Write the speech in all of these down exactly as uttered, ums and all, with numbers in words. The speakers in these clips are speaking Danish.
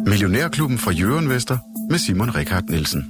Millionærklubben fra Jørgen Vester med Simon Richard Nielsen.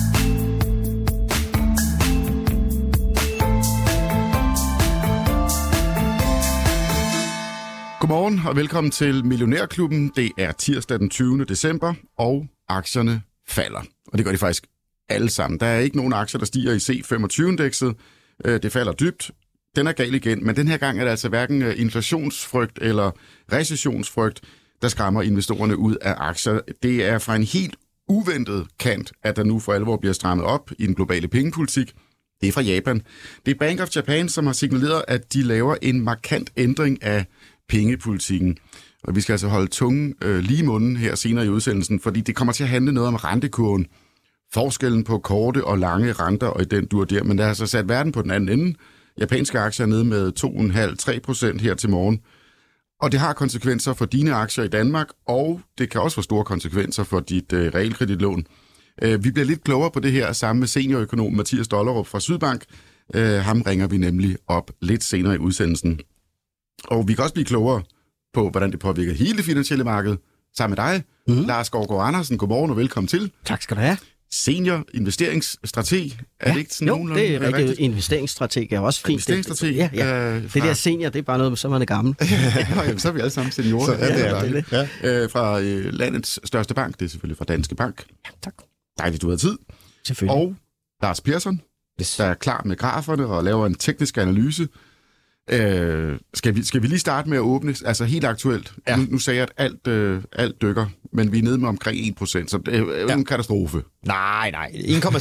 Godmorgen og velkommen til Millionærklubben. Det er tirsdag den tyvende december, og aktierne falder. Og det gør de faktisk alle sammen. Der er ikke nogen aktier, der stiger i C femogtyve-indekset. Det falder dybt. Den er gal igen, men den her gang er det altså hverken inflationsfrygt eller recessionsfrygt, der skræmmer investorerne ud af aktier. Det er fra en helt uventet kant, at der nu for alvor bliver strammet op i den globale pengepolitik. Det er fra Japan. Det er Bank of Japan, som har signaleret, at de laver en markant ændring af pengepolitikken. Og vi skal altså holde tungen øh, lige i munden her senere i udsendelsen, fordi det kommer til at handle noget om rentekurven. Forskellen på korte og lange renter, og i den dur der. Men der har altså sat verden på den anden ende. Japanske aktier er nede med to komma fem til tre procent her til morgen. Og det har konsekvenser for dine aktier i Danmark, og det kan også få store konsekvenser for dit øh, realkreditlån. Øh, vi bliver lidt klogere på det her sammen med seniorøkonom Mathias Dollerup fra Sydbank. Øh, ham ringer vi nemlig op lidt senere i udsendelsen. Og vi kan også blive klogere på, hvordan det påvirker hele det finansielle marked. Sammen med dig, mm. Lars Gårdgaard Andersen. Godmorgen og velkommen til. Tak skal du have. Senior investeringsstrateg. Er ja, det ikke sådan jo, nogenlunde det er rigtigt. Rigtigt. Investeringsstrateg er også fint. Investeringsstrateg? Ja, ja. Uh, det der senior, det er bare noget, så man er gammel. Ja, så er vi alle sammen seniorer. Så, ja, det er det. Er det. Ja. Uh, fra uh, landets største bank, det er selvfølgelig fra Danske Bank. Ja, tak. Dejligt, du har tid. Selvfølgelig. Og Lars Persson, der er klar med graferne og laver en teknisk analyse. Øh, skal, vi, skal vi lige starte med at åbne, altså helt aktuelt, ja. nu, nu sagde jeg, at alt, øh, alt dykker, men vi er nede med omkring en procent, så det er jo ja. en katastrofe. Nej, nej,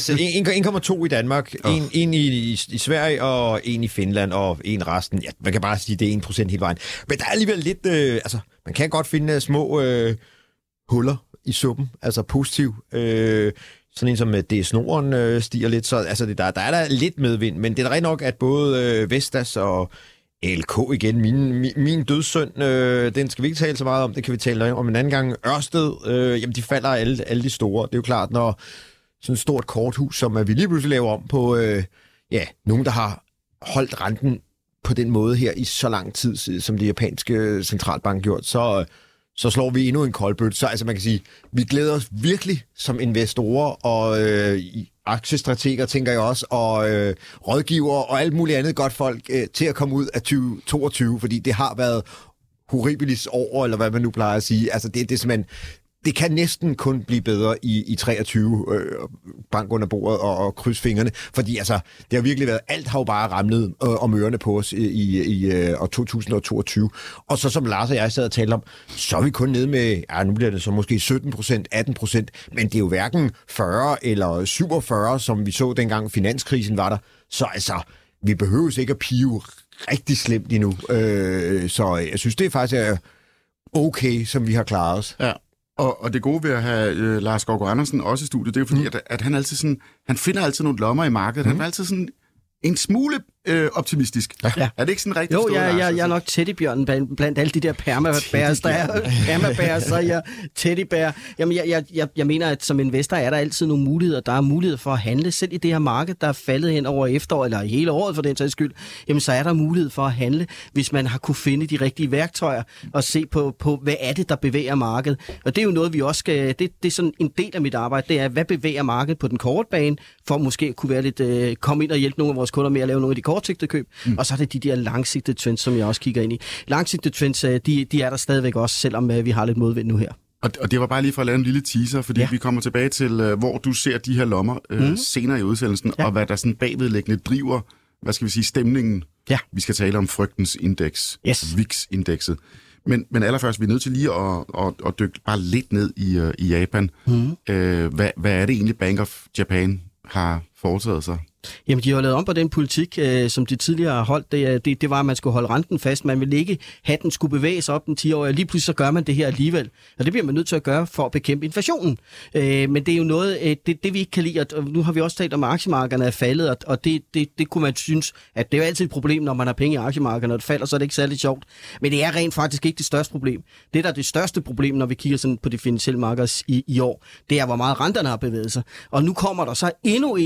en komma to i Danmark, oh. en, en i, i, i Sverige og en i Finland og en resten, ja, man kan bare sige, det er en procent hele vejen. Men der er alligevel lidt, øh, altså man kan godt finde små øh, huller i suppen, altså positiv. Øh, Sådan en som D S Norden øh, stiger lidt, så altså, det, der, der er der lidt medvind, men det er da rigtig nok, at både øh, Vestas og A L K igen, min, min, min dødssøn, øh, den skal vi ikke tale så meget om, det kan vi tale om en anden gang. Ørsted, øh, jamen de falder alle, alle de store. Det er jo klart, når sådan et stort korthus, som at vi lige pludselig laver om på, øh, ja, nogen, der har holdt renten på den måde her i så lang tid, som det japanske centralbank gjort, så... Øh, så slår vi endnu en koldbøtte. Så altså man kan sige, vi glæder os virkelig som investorer og øh, aktiestrateger, tænker jeg også, og øh, rådgivere og alt muligt andet godt folk øh, til at komme ud af tyve toogtyve, fordi det har været horribilis år, eller hvad man nu plejer at sige. Altså det, det er simpelthen... Det kan næsten kun blive bedre i, i treogtyve, øh, bank under bordet og, og kryds fingrene, fordi altså, det har virkelig været, alt har jo bare ramlet øh, om ørerne på os i, i, i øh, to tusind toogtyve. Og så som Lars og jeg sad og talte om, så er vi kun nede med, ja nu bliver det så måske sytten procent, atten procent, men det er jo hverken fyrre eller syvogfyrre, som vi så dengang finanskrisen var der. Så altså, vi behøves ikke at pive rigtig slemt endnu. Øh, så jeg synes, det er faktisk er okay, som vi har klaret os. Ja. Og, og det gode ved at have øh, Lars Gårdgaard Andersen også i studiet, det er jo fordi, mm. at, at han altid sådan, han finder altid nogle lommer i markedet. Mm. Han er altid sådan en smule øh, optimistisk. Ja. Er det ikke sådan rigtig Jo, forstået, jeg, Lars? jeg, jeg er nok teddybjørnen blandt, blandt alle de der permabærs, der er. Permabærs, så jeg teddybær. Jamen, jeg, jeg, jeg, jeg mener, at som investor er der altid nogle muligheder. Der er muligheder for at handle. Selv i det her marked, der er faldet hen over efterår, eller hele året for den sags skyld, jamen så er der mulighed for at handle, hvis man har kunne finde de rigtige værktøjer og se på, på hvad er det, der bevæger markedet. Og det er jo noget, vi også skal... Det, det er sådan en del af mit arbejde, det er, hvad bevæger markedet på den korte bane, for at måske kunne være lidt... Øh, komme ind og hjælpe nogle af vores kunder med at lave nogle af de kortsigtede køb. Mm. Og så er det de der langsigtede trends, som jeg også kigger ind i. Langsigtede trends, de, de er der stadigvæk også, selvom vi har lidt modvind nu her. Og, og det var bare lige for at lave en lille teaser, fordi ja. vi kommer tilbage til, hvor du ser de her lommer øh, mm. senere i udsendelsen, ja. og hvad der sådan bagvedliggende driver, hvad skal vi sige, stemningen. Ja. Vi skal tale om frygtens indeks, yes. V I X-indekset. Men, men allerførst, vi er nødt til lige at, at, at dykke bare lidt ned i, uh, i Japan. Mm. Øh, hvad, hvad er det egentlig, Bank of Japan har foretaget sig? Jamen, de har lavet om på den politik, øh, som de tidligere har holdt. Det, det, det var, at man skulle holde renten fast. Man ville ikke have, den skulle bevæge sig op den ti-årige. Lige pludselig så gør man det her alligevel. Og det bliver man nødt til at gøre for at bekæmpe inflationen. Øh, men det er jo noget, øh, det, det vi ikke kan lide. Og nu har vi også talt om, at aktiemarkederne er faldet. Og, og det, det, det kunne man synes, at det er jo altid et problem, når man har penge i aktiemarkederne. Når det falder, så er det ikke særlig sjovt. Men det er rent faktisk ikke det største problem. Det, der er det største problem, når vi kigger sådan på det finansielle marked i, i år, det er, hvor meget renterne har bevæget sig. Og nu kommer der så endnu en,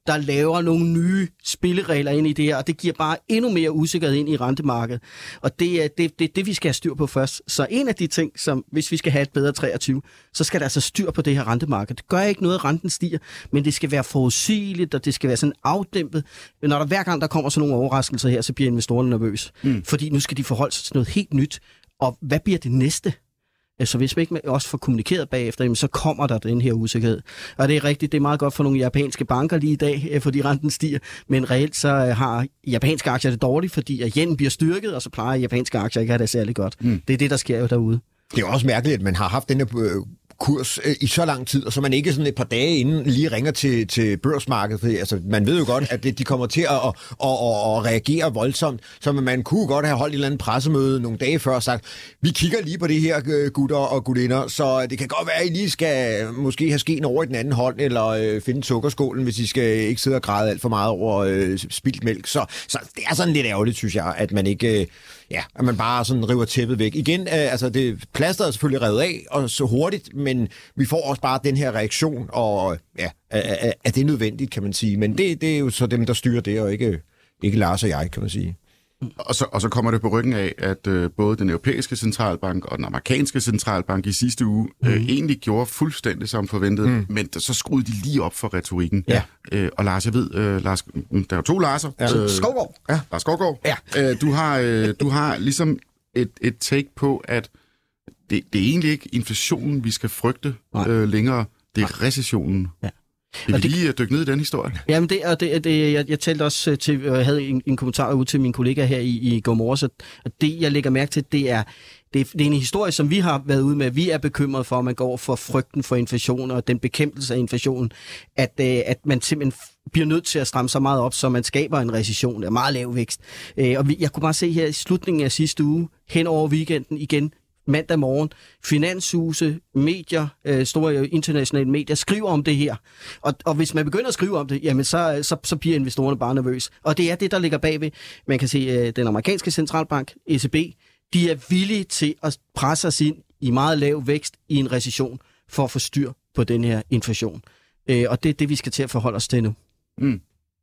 der laver nogle nye spilleregler ind i det her, og det giver bare endnu mere usikkerhed ind i rentemarkedet. Og det er det, det, det, vi skal have styr på først. Så en af de ting, som hvis vi skal have et bedre treogtyve, så skal der altså styr på det her rentemarked. Det gør ikke noget, at renten stiger, men det skal være forudsigeligt, og det skal være sådan afdæmpet. Når der hver gang der kommer sådan nogle overraskelser her, så bliver investorerne nervøse. Mm. Fordi nu skal de forholde sig til noget helt nyt. Og hvad bliver det næste? Så hvis man ikke også får kommunikeret bagefter, så kommer der den her usikkerhed. Og det er rigtigt, det er meget godt for nogle japanske banker lige i dag, fordi renten stiger. Men reelt så har japanske aktier det dårligt, fordi at yen bliver styrket, og så plejer japanske aktier ikke at have det særlig godt. Mm. Det er det, der sker jo derude. Det er også mærkeligt, at man har haft denne øh, kurs øh, i så lang tid, og så man ikke sådan et par dage inden lige ringer til, til børsmarkedet. Fordi, altså, man ved jo godt, at det, de kommer til at, at, at, at, at reagere voldsomt, så man kunne godt have holdt et eller andet pressemøde nogle dage før og sagt, vi kigger lige på det her, gutter og gutinder, så det kan godt være, at I lige skal måske have skeen over i den anden hånd, eller øh, finde sukkerskålen, hvis I skal ikke sidde og græde alt for meget over øh, spildt mælk. Så, så det er sådan lidt ærgerligt, synes jeg, at man ikke... Øh, Ja, at man bare sådan river tæppet væk. Igen, øh, altså det plasteret er selvfølgelig revet af, og så hurtigt, men vi får også bare den her reaktion, og ja, er, er det nødvendigt, kan man sige. Men det, det er jo så dem, der styrer det, og ikke, ikke Lars og jeg, kan man sige. Og så, og så kommer det på ryggen af, at øh, både den europæiske centralbank og den amerikanske centralbank i sidste uge mm. øh, egentlig gjorde fuldstændig som forventet, mm. men der, så skruede de lige op for retorikken. Ja. Øh, og Lars, jeg ved, øh, Lars, der er jo to Larser. Ja. Øh, Skovgaard. Ja, Lars Skovgaard. Ja. Øh, du, har, øh, du har ligesom et, et take på, at det, det er egentlig ikke inflationen, vi skal frygte øh, længere. Det er Nej. recessionen. Ja. Vil vi det, lige dykke ned i den historie? Jamen, det, og det, det, jeg, jeg talte også til, jeg havde en, en kommentar ud til min kollega her i, i går morges, og det, jeg lægger mærke til, det er, det, det er en historie, som vi har været ude med. Vi er bekymrede for, at man går for frygten for inflation og den bekæmpelse af inflationen, at, at man simpelthen bliver nødt til at stramme så meget op, så man skaber en recession af meget lav vækst. Og vi, jeg kunne bare se her i slutningen af sidste uge, hen over weekenden igen, mandag morgen, finanshuse, medier, øh, store internationale medier skriver om det her. Og, og hvis man begynder at skrive om det, jamen så, så, så bliver investorerne bare nervøse. Og det er det, der ligger bagved. Man kan se, øh, den amerikanske centralbank, E C B, de er villige til at presse os ind i meget lav vækst i en recession for at få styr på den her inflation. Øh, og det er det, vi skal til at forholde os til nu. Mm.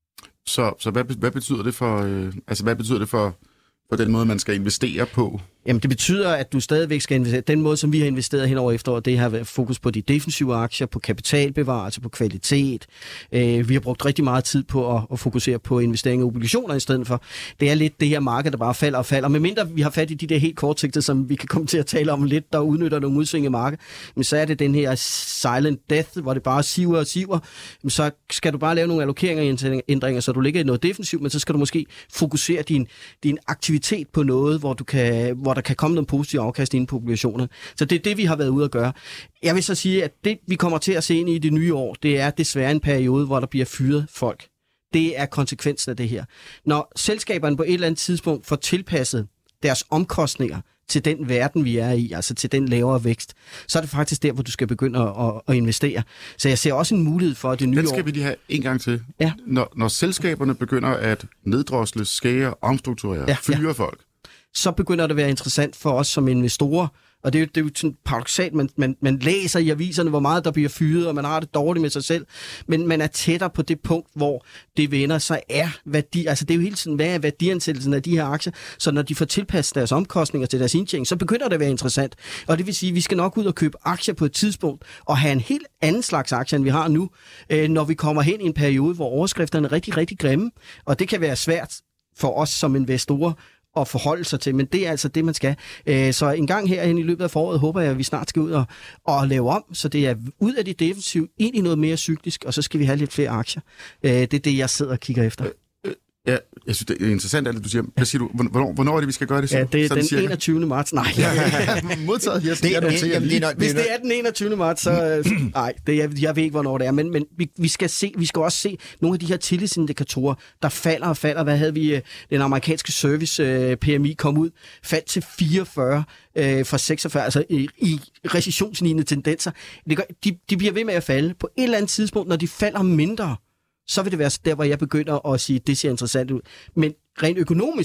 Så, så hvad, hvad betyder det for, øh, altså hvad betyder det for, for den måde, man skal investere på? Jamen, det betyder, at du stadigvæk skal investere. Den måde, som vi har investeret hen over efteråret, det har været fokus på de defensive aktier, på kapitalbevarelse, på kvalitet. Øh, vi har brugt rigtig meget tid på at, at fokusere på investeringer i obligationer i stedet for. Det er lidt det her marked, der bare falder og falder. Men mindre vi har fat i de der helt kortsigtede, som vi kan komme til at tale om lidt, der udnytter nogle udsving i markedet, men så er det den her silent death, hvor det bare siver og siver. Men så skal du bare lave nogle allokeringer og ændringer, så du ligger i noget defensivt, men så skal du måske fokusere din, din aktivitet på noget, hvor du kan hvor der kan komme noget positivt afkast inde på obligationer. Så det er det, vi har været ude at gøre. Jeg vil så sige, at det, vi kommer til at se ind i det nye år, det er desværre en periode, hvor der bliver fyret folk. Det er konsekvensen af det her. Når selskaberne på et eller andet tidspunkt får tilpasset deres omkostninger til den verden, vi er i, altså til den lavere vækst, så er det faktisk der, hvor du skal begynde at, at, at investere. Så jeg ser også en mulighed for det nye år. Den skal år. vi lige have en gang til. Ja. Når, når selskaberne begynder at neddrosle, skære, omstrukturere, ja, fyre ja. folk, så begynder det at være interessant for os som investorer. Og det er jo, det er jo sådan paradoksalt, man, man, man læser i aviserne, hvor meget der bliver fyret, og man har det dårligt med sig selv. Men man er tættere på det punkt, hvor det vender sig er værdi. Altså det er jo hele tiden, hvad er værdiansættelsen af de her aktier? Så når de får tilpasset deres omkostninger til deres indtjening, så begynder det at være interessant. Og det vil sige, at vi skal nok ud og købe aktier på et tidspunkt, og have en helt anden slags aktier, end vi har nu, øh, når vi kommer hen i en periode, hvor overskrifterne er rigtig, rigtig grimme. Og det kan være svært for os som investorer, at forholde sig til, men det er altså det, man skal. Så en gang herhen i løbet af foråret håber jeg, at vi snart skal ud og, og lave om, så det er ud af det defensive, ind i noget mere cyklisk, og så skal vi have lidt flere aktier. Det er det, jeg sidder og kigger efter. Ja, jeg synes, det er interessant, alt det, du siger. Hvad siger du? Hvornår, hvornår er det, vi skal gøre det? Ja, det er den cirka? enogtyvende marts. Nej. Modtaget. Jeg, det, jeg det, det, det, det, Hvis det er den enogtyvende marts, så... Nej, det, jeg, jeg ved ikke, hvornår det er. Men, men vi, vi, skal se, vi skal også se nogle af de her tillidsindikatorer, der falder og falder. Hvad havde vi? Den amerikanske service P M I kom ud, faldt til fireogfyrre øh, fra seksogfyrre, altså i, i recessionslignende tendenser. Det gør, de, de bliver ved med at falde. På et eller andet tidspunkt, når de falder mindre, så vil det være der, hvor jeg begynder at sige, at det ser interessant ud. Men rent økonomisk,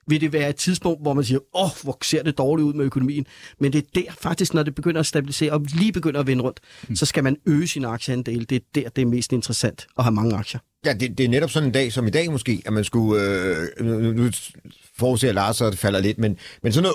vil det være et tidspunkt, hvor man siger, åh, oh, hvor ser det dårligt ud med økonomien. Men det er der faktisk, når det begynder at stabilisere og lige begynder at vende rundt, mm. så skal man øge sin aktieandel. Det er der, det er mest interessant at have mange aktier. Ja, det, det er netop sådan en dag som i dag måske, at man skulle, øh, nu, nu forudser Lars, så det falder lidt, men, men sådan noget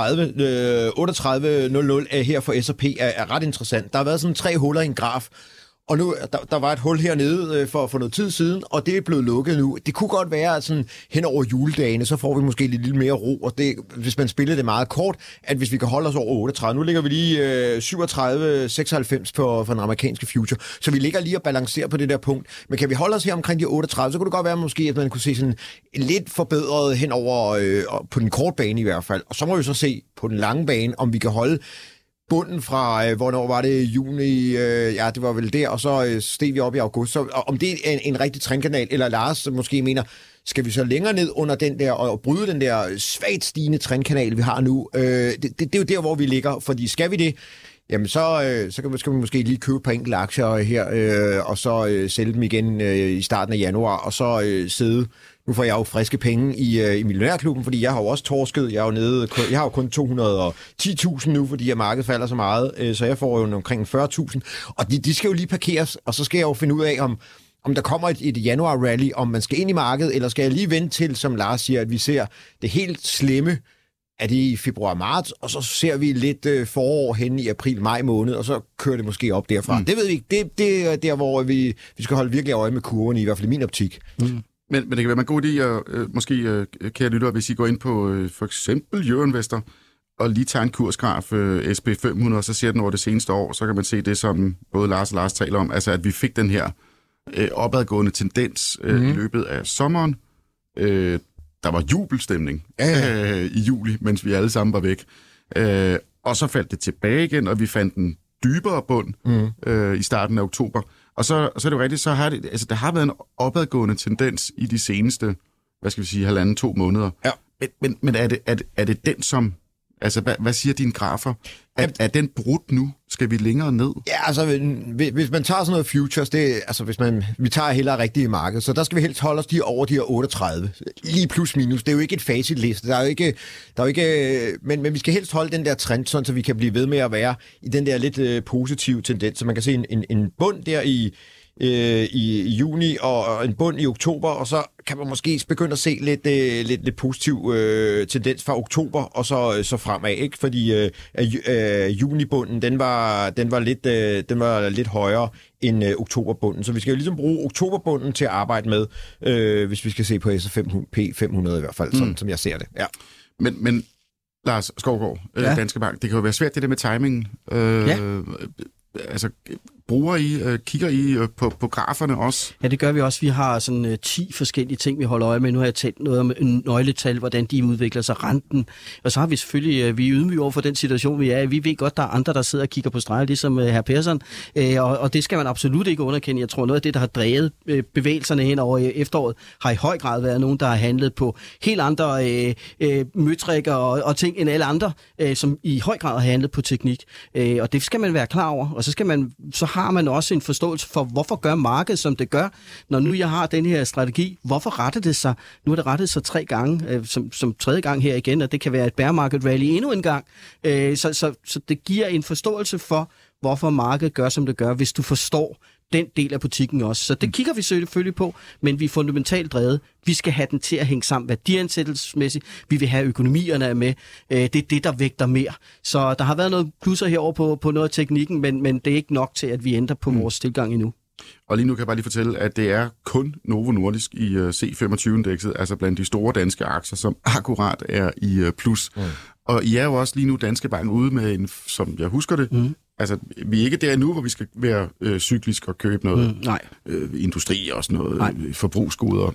otteogtredive nul nul her for S og P er, er ret interessant. Der har været sådan tre huller i en graf, og nu, der, der var et hul hernede øh, for, for noget tid siden, og det er blevet lukket nu. Det kunne godt være, at sådan hen over juledagene, så får vi måske lidt, lidt mere ro, og det, hvis man spiller det meget kort, at hvis vi kan holde os over otteogtredive, nu ligger vi lige øh, syvogtredive seksoghalvfems på, for den amerikanske future, så vi ligger lige og balancerer på det der punkt. Men kan vi holde os her omkring de otteogtredive, så kunne det godt være måske, at man kunne se sådan lidt forbedret hen over, øh, på den korte bane i hvert fald. Og så må vi så se på den lange bane, om vi kan holde bunden fra, øh, hvornår var det, juni, øh, ja, det var vel der, og så øh, steg vi op i august. Så om det er en, en rigtig trendkanal, eller Lars måske mener, skal vi så længere ned under den der, og bryde den der svagt stigende trendkanal, vi har nu? Øh, det, det, det er jo der, hvor vi ligger, fordi skal vi det, jamen så, øh, så skal vi måske lige købe et par enkelte aktier her, øh, og så øh, sælge dem igen øh, i starten af januar, og så øh, sidde. Nu får jeg jo friske penge i, øh, i Millionærklubben, fordi jeg har jo også torsket. Jeg er jo nede, jeg har jo kun to hundrede og ti tusind nu, fordi markedet falder så meget, øh, så jeg får jo omkring fyrre tusind. Og de, de skal jo lige parkeres, og så skal jeg jo finde ud af, om, om der kommer et, et januar-rally, om man skal ind i markedet, eller skal jeg lige vente til, som Lars siger, at vi ser det helt slemme, er det i februar-marts, og så ser vi lidt øh, forår hen i april-maj måned, og så kører det måske op derfra. Mm. Det ved vi ikke. Det, det er der, hvor vi, vi skal holde virkelig øje med kurven, i hvert fald i min optik. Mm. Men, men det kan være, man god idé, at, øh, måske, øh, kære lytter, hvis I går ind på øh, for eksempel Euroinvestor, og lige tager en kursgraf øh, S and P fem hundrede, og så ser den over det seneste år, så kan man se det, som både Lars og Lars taler om, altså at vi fik den her øh, opadgående tendens øh, mm. i løbet af sommeren. Øh, der var jubelstemning ja, ja. Øh, i juli, mens vi alle sammen var væk. Øh, og så faldt det tilbage igen, og vi fandt en dybere bund mm. øh, i starten af oktober. Og så, så er det jo rigtigt, så har det, altså, der har været en opadgående tendens i de seneste, hvad skal vi sige, halvanden, to måneder. Ja. Men, men, men er, det, er, det, er det den, som... Altså, hvad, hvad siger dine grafer? Er, er den brudt nu? Skal vi længere ned? Ja, altså, hvis man tager sådan noget futures, det, altså, hvis man, vi tager heller rigtigt i markedet, så der skal vi helst holde os de over de her otteogtredive. Lige plus minus. Det er jo ikke et facitliste. Der er jo ikke, der er jo ikke, men, men vi skal helst holde den der trend, sådan, så vi kan blive ved med at være i den der lidt øh, positive tendens. Så man kan se en, en, en bund der i, øh, i, i juni og en bund i oktober, og så kan man måske begynde at se lidt, øh, lidt, lidt positiv øh, tendens fra oktober og så, øh, så fremad, ikke? Fordi øh, øh, junibunden, den var, den, var lidt, øh, den var lidt højere end øh, oktoberbunden. Så vi skal jo ligesom bruge oktoberbunden til at arbejde med, øh, hvis vi skal se på S and P fem hundrede i hvert fald, sådan mm. som jeg ser det. Ja. Men, men Lars Skovgaard, ja. øh, Danske Bank, det kan jo være svært det der med timingen. Øh, ja. Altså, bruger I, øh, kigger I øh, på, på graferne også? Ja, det gør vi også. Vi har sådan øh, ti forskellige ting, vi holder øje med. Nu har jeg talt noget om nøgletal, hvordan de udvikler sig, renten. Og så har vi selvfølgelig, øh, vi er ydmyge over for den situation, vi er i. Vi ved godt, der er andre, der sidder og kigger på streger, ligesom øh, herr Persson. Øh, og, og det skal man absolut ikke underkende. Jeg tror, noget af det, der har drevet øh, bevægelserne hen over efteråret, har i høj grad været nogen, der har handlet på helt andre øh, øh, møtrikker og, og ting end alle andre, øh, som i høj grad har handlet på teknik. Øh, og det skal man være klar over. Og så skal man, så har man også en forståelse for, hvorfor gør markedet, som det gør, når nu jeg har den her strategi. Hvorfor retter det sig? Nu har det rettet sig tre gange, øh, som, som tredje gang her igen, og det kan være et bear market rally endnu en gang. Øh, så, så, så det giver en forståelse for, hvorfor markedet gør, som det gør, hvis du forstår den del af butikken også. Så det kigger vi selvfølgelig på, men vi er fundamentalt drevet. Vi skal have den til at hænge sammen værdiansættelsesmæssigt. Vi vil have økonomierne med. Det er det, der vægter mere. Så der har været noget plusser herover på, på noget af teknikken, men, men det er ikke nok til, at vi ændrer på mm. vores tilgang endnu. Og lige nu kan jeg bare lige fortælle, at det er kun Novo Nordisk i uh, C femogtyve-indekset, altså blandt de store danske aktier, som akkurat er i uh, plus. Mm. Og I er jo også lige nu Danske Bank ude med en, som jeg husker det, mm. altså vi er ikke der nu, hvor vi skal være øh, cyklisk og købe noget mm, nej. Øh, industri og sådan noget, øh, forbrugsgoder.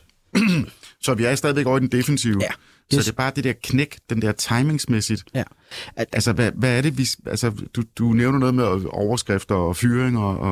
Så vi er stadigvæk over i den defensive. Ja. Så yes. det er bare det der knæk, den der timingsmæssigt. Ja. At, altså, hvad, hvad er det, vi... Altså, du, du nævner noget med overskrifter og fyringer og...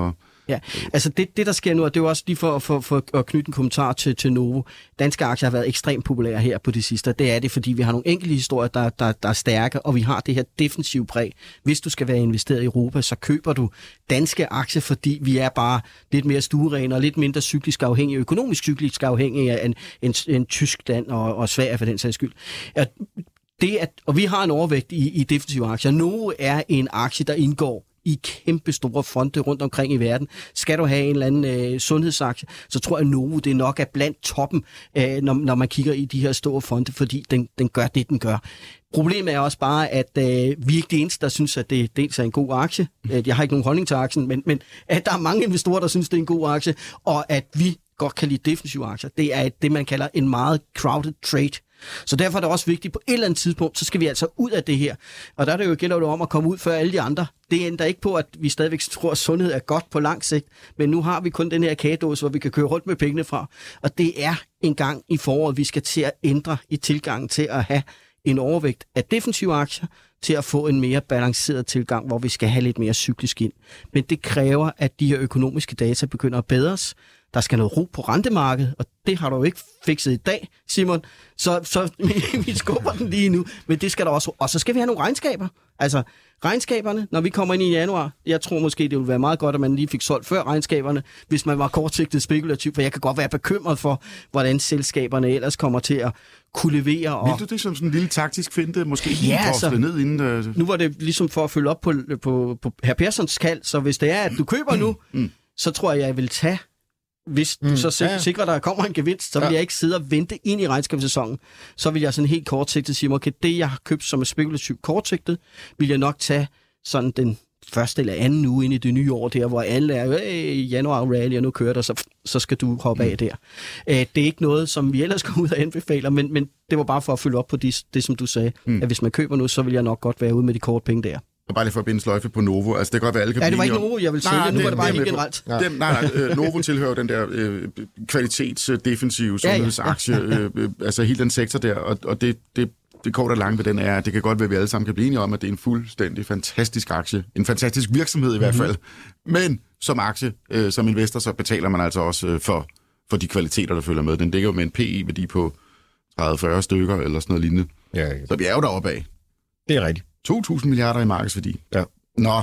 Ja, altså det, det der sker nu, og det er jo også lige for, for, for at knytte en kommentar til, til Novo. Danske aktier har været ekstremt populære her på det sidste. Det er det, fordi vi har nogle enkelte historier, der, der, der er stærke, og vi har det her defensive præg. Hvis du skal være investeret i Europa, så køber du danske aktier, fordi vi er bare lidt mere stuerene og lidt mindre cyklisk afhængige, økonomisk cyklisk afhængige end, end, end Tyskland og, og Sverige for den sags skyld. Ja, det at, og vi har en overvægt i, i defensive aktier. Novo er en aktie, der indgår i kæmpe store fonde rundt omkring i verden. Skal du have en eller anden øh, sundhedsaktie, så tror jeg, Novo det nok er blandt toppen, øh, når, når man kigger i de her store fonde, fordi den, den gør det, den gør. Problemet er også bare, at øh, vi er ikke de eneste, der synes, at det dels er en god aktie. Jeg har ikke nogen holdning til aktien, men, men at der er mange investorer, der synes, det er en god aktie, og at vi godt kan lide defensive aktier. Det er det, man kalder en meget crowded trade. Så derfor er det også vigtigt, på et eller andet tidspunkt, så skal vi altså ud af det her. Og der er det jo gælder det om at komme ud før alle de andre. Det ændrer ikke på, at vi stadigvæk tror, at sundhed er godt på lang sigt. Men nu har vi kun den her kagedåse, hvor vi kan køre rundt med pengene fra. Og det er en gang i foråret, vi skal til at ændre i tilgangen til at have en overvægt af defensive aktier, til at få en mere balanceret tilgang, hvor vi skal have lidt mere cyklisk ind. Men det kræver, at de her økonomiske data begynder at bedres. Der skal noget ro på rentemarkedet, og det har du jo ikke fikset i dag, Simon. Så, så vi skubber den lige nu, men det skal der også. Og så skal vi have nogle regnskaber. Altså, regnskaberne, når vi kommer ind i januar, jeg tror måske, det ville være meget godt, at man lige fik solgt før regnskaberne, hvis man var kortsigtet spekulativ, for jeg kan godt være bekymret for, hvordan selskaberne ellers kommer til at kunne levere. Og... Vil du det som sådan en lille taktisk finte, måske lige ja, altså, ned inden... Uh... Nu var det ligesom for at følge op på, på, på herr Perssons kald, så hvis det er, at du køber nu, mm. så tror jeg, jeg vil tage... Hvis du mm, så sik- ja. sikrer, der kommer en gevinst, så vil ja. jeg ikke sidde og vente ind i regnskabssæsonen. Så vil jeg sådan helt kortsigtet sige, okay, det jeg har købt som er spekulativt kortsigtet, vil jeg nok tage sådan den første eller anden uge ind i det nye år, der hvor alle er øh, januar rally, og nu kører der, så, så skal du hoppe mm. af der. Æh, det er ikke noget, som vi ellers går ud og anbefaler, men, men det var bare for at følge op på det, det som du sagde, mm. at hvis man køber nu, så vil jeg nok godt være ude med de korte penge der. Og bare lige for at binde sløjfe på Novo. Altså, det kan godt være, alle kan ja, det var blive ikke Novo, jeg vil sige. Nu var det bare helt generelt. Ja. Dem, nej, nej. Øh, Novo tilhører den der øh, kvalitetsdefensive sundhedsaktie. Ja, ja. Ja, ja. Øh, altså, hele den sektor der. Og, og det, det, det kort og langt ved den er, at det kan godt være, at vi alle sammen kan blive enige om, at det er en fuldstændig fantastisk aktie. En fantastisk virksomhed i hvert fald. Mm-hmm. Men som aktie, øh, som investor, så betaler man altså også øh, for, for de kvaliteter, der følger med. Den dækker jo med en P E-værdi på tredive til fyrre stykker, eller sådan noget lignende. Ja, ja. Så vi er jo deroppe af. Det er rigtigt. to tusind milliarder i markedsværdi. Ja. Nå,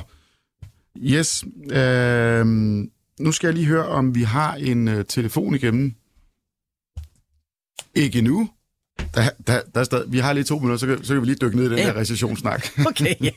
yes. Øh, nu skal jeg lige høre, om vi har en uh, telefon igennem. Ikke nu. Der, der, der er stadig, vi har lige to minutter, så kan, så kan vi lige dykke ned i den ja. her recessionssnak. Okay, ja.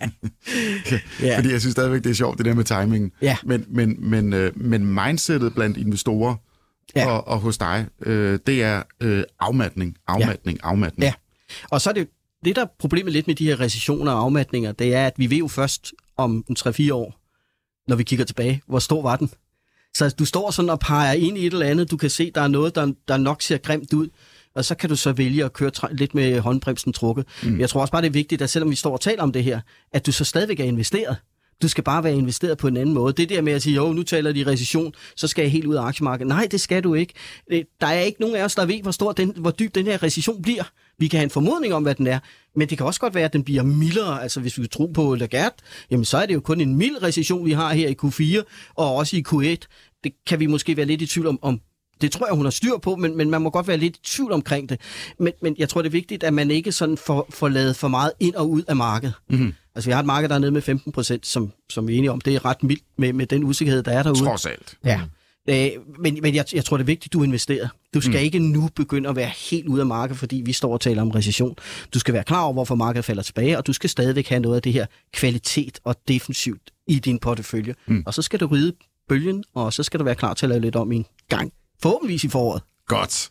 ja. Fordi jeg synes stadigvæk, det er sjovt, det der med timingen. Ja. Men, men, men, øh, men mindsetet blandt investorer ja. og, og hos dig, øh, det er øh, afmatning, afmatning, ja. afmatning. Ja, og så er det det, der er problemet lidt med de her recessioner og afmatninger, det er, at vi ved jo først om tre fire år, når vi kigger tilbage, hvor stor var den. Så du står sådan og peger ind i et eller andet, du kan se, der er noget, der, der nok ser grimt ud, og så kan du så vælge at køre tr- lidt med håndbremsen trukket. Mm. Jeg tror også bare, det er vigtigt, at selvom vi står og taler om det her, at du så stadigvæk er investeret. Du skal bare være investeret på en anden måde. Det der med at sige, jo, nu taler de recession, så skal jeg helt ud af aktiemarkedet. Nej, det skal du ikke. Der er ikke nogen af os, der ved, hvor stor den, hvor dyb den her recession bliver. Vi kan have en formodning om, hvad den er, men det kan også godt være, at den bliver mildere. Altså, hvis vi kan tro på Lagarde, jamen så er det jo kun en mild recession, vi har her i Q fire, og også i Q et. Det kan vi måske være lidt i tvivl om, om det tror jeg, hun har styr på, men, men man må godt være lidt i tvivl omkring det. Men, men jeg tror, det er vigtigt, at man ikke sådan får, får lavet for meget ind og ud af markedet. Mm-hmm. Altså, vi har et marked, der er nede med femten procent, som, som vi er enige om. Det er ret mildt med, med den usikkerhed, der er derude. Trods alt. Ja. Øh, men men jeg, jeg tror, det er vigtigt, du investerer. Du skal mm. ikke nu begynde at være helt ude af markedet, fordi vi står og taler om recession. Du skal være klar over, hvorfor markedet falder tilbage, og du skal stadigvæk have noget af det her kvalitet og defensivt i din portefølje. Mm. Og så skal du ride bølgen, og så skal du være klar til at lave lidt om en gang. Forhåbentligvis i foråret. Godt.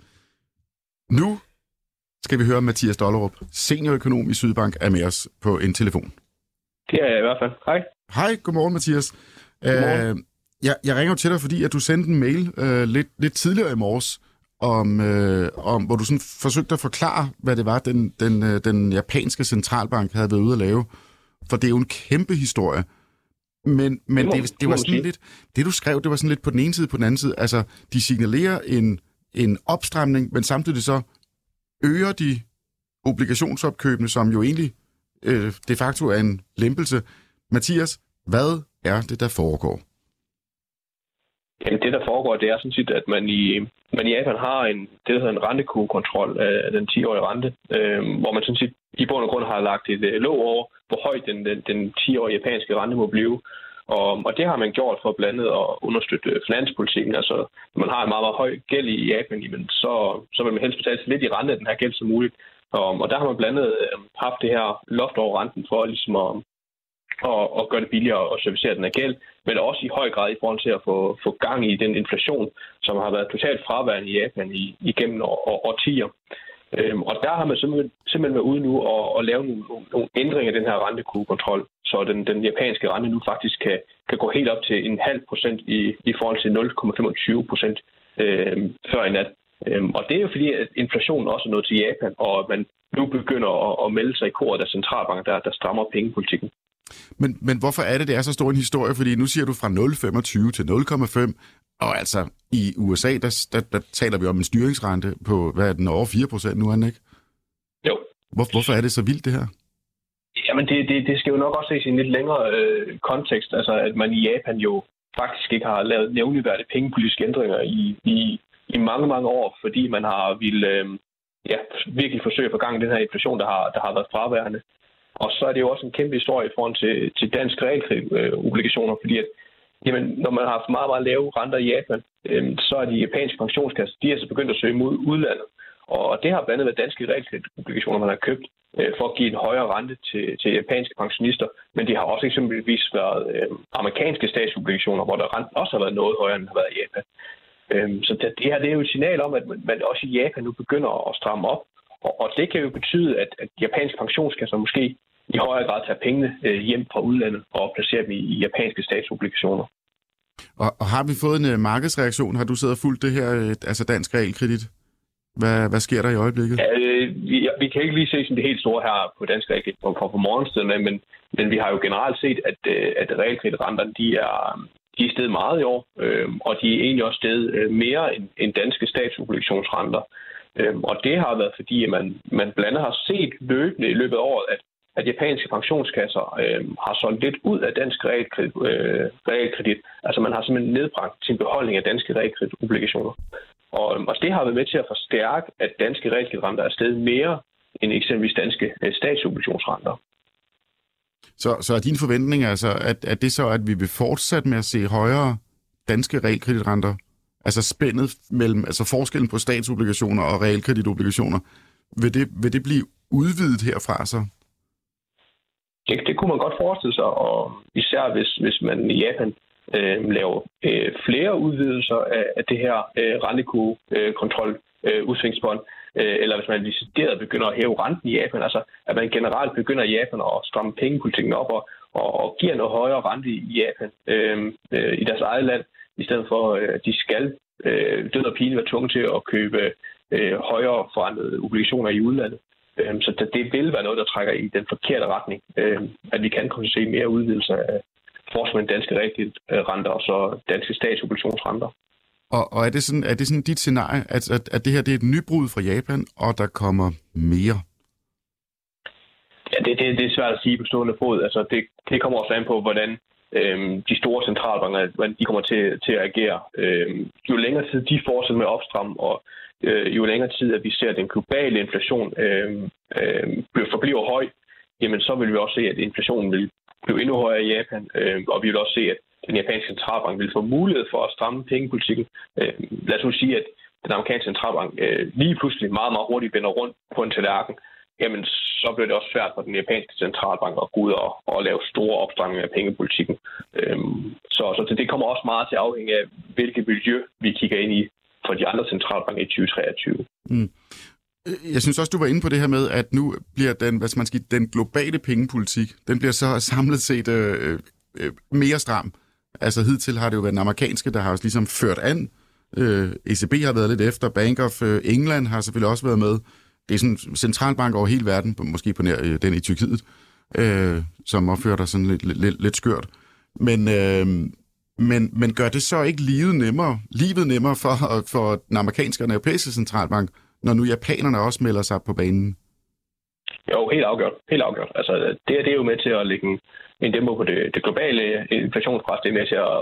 Nu skal vi høre Mathias Dollerup, seniorøkonom i Sydbank, er med os på en telefon. Det er jeg i hvert fald. Hej. Hej, godmorgen Mathias. Godmorgen. Uh, jeg, jeg ringer til dig, fordi at du sendte en mail uh, lidt, lidt tidligere i morges, om, uh, om, hvor du sådan forsøgte at forklare, hvad det var, den, den, uh, den japanske centralbank havde været ude at lave. For det er jo en kæmpe historie. Men, men det, det, det var sådan lidt, det du skrev, det var sådan lidt på den ene side, på den anden side. Altså, de signalerer en, en opstramning, men samtidig så øger de obligationsopkøbene, som jo egentlig øh, de facto er en lempelse. Mathias, hvad er det, der foregår? Jamen, det, der foregår, det er sådan set, at man i, man i Japan har en, det, der hedder en rentekurvekontrol af den ti-årige rente, øh, hvor man sådan set i bund og grund har lagt et øh, låg over, hvor højt den, den, den ti-årige japanske rente må blive. Og, og det har man gjort for blandt andet at understøtte finanspolitikken. Altså, når man har en meget, meget høj gæld i Japan, jamen, så, så vil man helst betale så lidt i rente af den her gæld som muligt. Og, og der har man blandt andet øh, haft det her loft over renten for ligesom at Og, og gøre det billigere at servicere den her gæld, men også i høj grad i forhold til at få, få gang i den inflation, som har været totalt fraværende i Japan i, igennem år, år, årtier. Øhm, og der har man simpelthen, simpelthen været ude nu og, og lave nogle, nogle ændringer af den her rentekurvekontrol, så den, den japanske rente nu faktisk kan, kan gå helt op til en halv procent i, i forhold til nul komma femogtyve procent øhm, før i nat. Øhm, og det er jo fordi, at inflationen også er nået til Japan, og at man nu begynder at, at melde sig i koret af centralbanker, der, der strammer pengepolitikken. Men, men hvorfor er det, det er så stor en historie? Fordi nu siger du fra nul komma femogtyve til nul komma fem, og altså i U S A, der, der, der taler vi om en styringsrente på, hvad er den, over fire procent nu, er den ikke? Jo. Hvor, hvorfor er det så vildt, det her? Jamen, det, det, det skal jo nok også ses i en lidt længere øh, kontekst, altså at man i Japan jo faktisk ikke har lavet nævneværdige pengepolitiske ændringer i, i, i mange, mange år, fordi man har ville, øh, ja, virkelig forsøge at få gang i den her inflation, der har, der har været fraværende. Og så er det jo også en kæmpe historie i forhold til, til dansk realkreditobligationer, fordi at, jamen, når man har haft meget, meget lave renter i Japan, øhm, så er de japanske pensionskasser, de er så begyndt at søge mod udlandet. Og det har blandt andet været danske realkreditobligationer, man har købt øh, for at give en højere rente til, til japanske pensionister. Men de har også eksempelvis været øh, amerikanske statsobligationer, hvor der renten også har været noget højere, end har været i Japan. Øhm, så det, det her det er jo et signal om, at man også i Japan nu begynder at stramme op. Og det kan jo betyde, at, at japanske pensionskasser måske i højere grad tager pengene øh, hjem fra udlandet og placerer dem i, i japanske statsobligationer. Og, og har vi fået en uh, markedsreaktion? Har du siddet og fulgt det her, uh, altså dansk realkredit? Hvad, hvad sker der i øjeblikket? Ja, øh, vi, vi kan ikke lige se sådan det helt store her på dansk realkredit på, på morgenstiden, men, men vi har jo generelt set, at, at realkreditrenterne de er, de er steget meget i år, øh, og de er egentlig også steget mere end, end danske statsobligationsrenter. Øhm, og det har været fordi, at man, man blandt andet har set løbende i løbet af året, at, at japanske pensionskasser øhm, har solgt lidt ud af dansk realkredit, øh, realkredit. Altså man har simpelthen nedbragt sin beholdning af danske realkreditobligationer. Og, og det har været med til at forstærke, at danske realkreditrenter er steget mere end eksempelvis danske øh, statsobligationsrenter. Så, så er din forventning altså, at, at det så, at vi vil fortsætte med at se højere danske realkreditrenter? Altså spændet mellem, altså forskellen på statsobligationer og realkreditobligationer, vil det, vil det blive udvidet herfra så? Det, det kunne man godt forestille sig, og især hvis, hvis man i Japan øh, laver øh, flere udvidelser af, af det her øh, rentekurvekontrol øh, udsvingsbånd, øh, eller hvis man decideret begynder at hæve renten i Japan, altså at man generelt begynder i Japan at stramme pengepolitikken op og, og, og giver noget højere rente i Japan øh, øh, i deres eget land, i stedet for, at de skal øh, død og pine være tvunget til at købe øh, højere forrentede obligationer i udlandet. Øh, så det, det vil være noget, der trækker i den forkerte retning. Øh, at vi kan kunne se mere udvidelse af forskellen danske realkreditrenter og så danske statsobligationsrenter. Og, og er, det sådan, er det sådan dit scenarie, at, at, at det her det er et nybrud fra Japan, og der kommer mere? Ja, det, det, det er svært at sige på stående fod. Altså, det, det kommer også an på, hvordan de store centralbanker, hvordan de kommer til, til at agere. Jo længere tid de fortsætter med at opstramme, og jo længere tid, at vi ser, at den globale inflation forbliver høj, jamen så vil vi også se, at inflationen vil blive endnu højere i Japan, og vi vil også se, at den japanske centralbank vil få mulighed for at stramme pengepolitikken. Lad os nu sige, at den amerikanske centralbank lige pludselig meget, meget hurtigt vender rundt på en tallerken, jamen så bliver det også svært for den japanske centralbank at gå ud og, og lave store opstramninger af pengepolitikken. Øhm, så, så det kommer også meget til at afhænge af, hvilket miljø vi kigger ind i for de andre centralbanker i tyve treogtyve. Mm. Jeg synes også, du var inde på det her med, at nu bliver den, hvad skal man sige, den globale pengepolitik, den bliver så samlet set øh, øh, mere stram. Altså hidtil har det jo været den amerikanske, der har også ligesom ført an. Øh, E C B har været lidt efter, Bank of England har selvfølgelig også været med. Det er sådan en centralbank over hele verden, måske på nær øh, den i Tyrkiet, øh, som opfører der sådan lidt, lidt, lidt skørt. Men, øh, men, men gør det så ikke livet nemmere, livet nemmere for, for den amerikanske og den europæiske centralbank, når nu japanerne også melder sig på banen? Jo, helt afgjort. Helt afgjort. Altså, det, det er jo med til at lægge en, en dæmper på det, det globale inflationspres. Det er med til at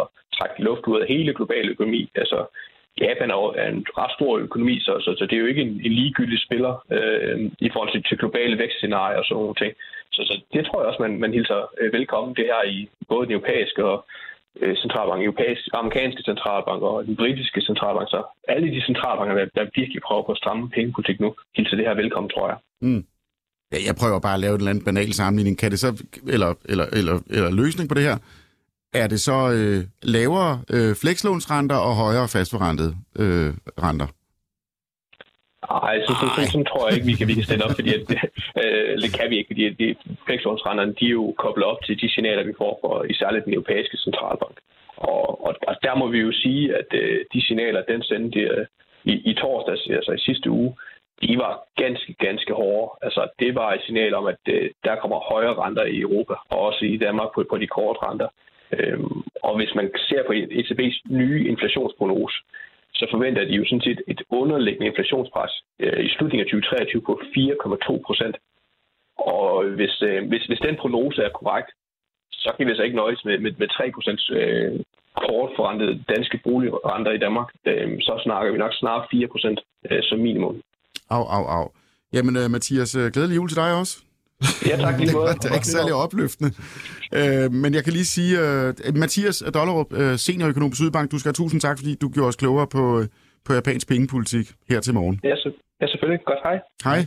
trække luft ud af hele globale økonomi. Altså, Japan er en ret stor økonomi, så, så, så det er jo ikke en, en ligegyldig spiller øh, i forhold til, til globale vækstscenarier og sådan nogle ting. Så, så det tror jeg også, man, man hilser øh, velkommen, det her i både den europæiske og øh, centralbank, europæiske, amerikanske centralbank og den britiske centralbank. Så alle de centralbanker, der, der virkelig prøver på at stramme pengepolitik nu, hilser det her velkommen, tror jeg. Mm. Ja, jeg prøver bare at lave et eller andet banal sammenligning. Kan det så, eller, eller, eller, eller løsning på det her, er det så øh, lavere øh, flekslånsrenter og højere fastforrentede øh, renter? Nej, så, så, så, så tror jeg ikke, vi kan, vi kan stille op, fordi at, øh, det kan vi ikke, fordi de flekslånsrenterne, de er jo koblet op til de signaler, vi får fra i særligt den europæiske centralbank. Og, og, og der må vi jo sige, at øh, de signaler, den sendte øh, i, i torsdags, altså i sidste uge, de var ganske, ganske hårde. Altså, det var et signal om, at øh, der kommer højere renter i Europa, og også i Danmark på, på de korte renter. Øhm, og hvis man ser på E C B's nye inflationsprognose, så forventer de jo sådan set et underliggende inflationspres øh, i slutningen af tyve treogtyve på fire komma to procent. Og hvis, øh, hvis, hvis den prognose er korrekt, så kan vi altså ikke nøjes med, med, med tre procent øh, kortforrentede danske boligrenter i Danmark. Øh, så snakker vi nok snart fire procent øh, som minimum. Au, au, au. Jamen, uh, Mathias, uh, glædelig jul til dig også. Ja, tak lige måde. Det er ikke særlig opløftende. Uh, men jeg kan lige sige, uh, Mathias Dollerup, uh, seniorøkonom på Sydbank, du skal have tusind tak, fordi du gjorde os klogere på, uh, på japansk pengepolitik her til morgen. Ja, så, ja, selvfølgelig. Godt, hej. Hej.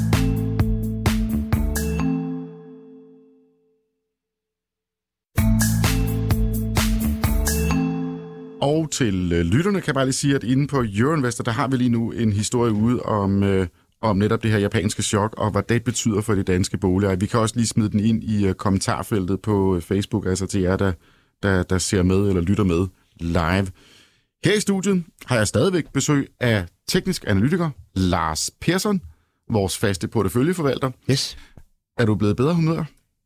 Og til øh, lytterne kan jeg bare lige sige, at inde på Euroinvestor, der har vi lige nu en historie ude om, øh, om netop det her japanske chok, og hvad det betyder for de danske boliger. Vi kan også lige smide den ind i øh, kommentarfeltet på øh, Facebook, altså til jer, der, der, der ser med eller lytter med live. Her i studiet har jeg stadigvæk besøg af teknisk analytiker Lars Persson, vores faste porteføljeforvalter. Yes. Er du blevet bedre humør?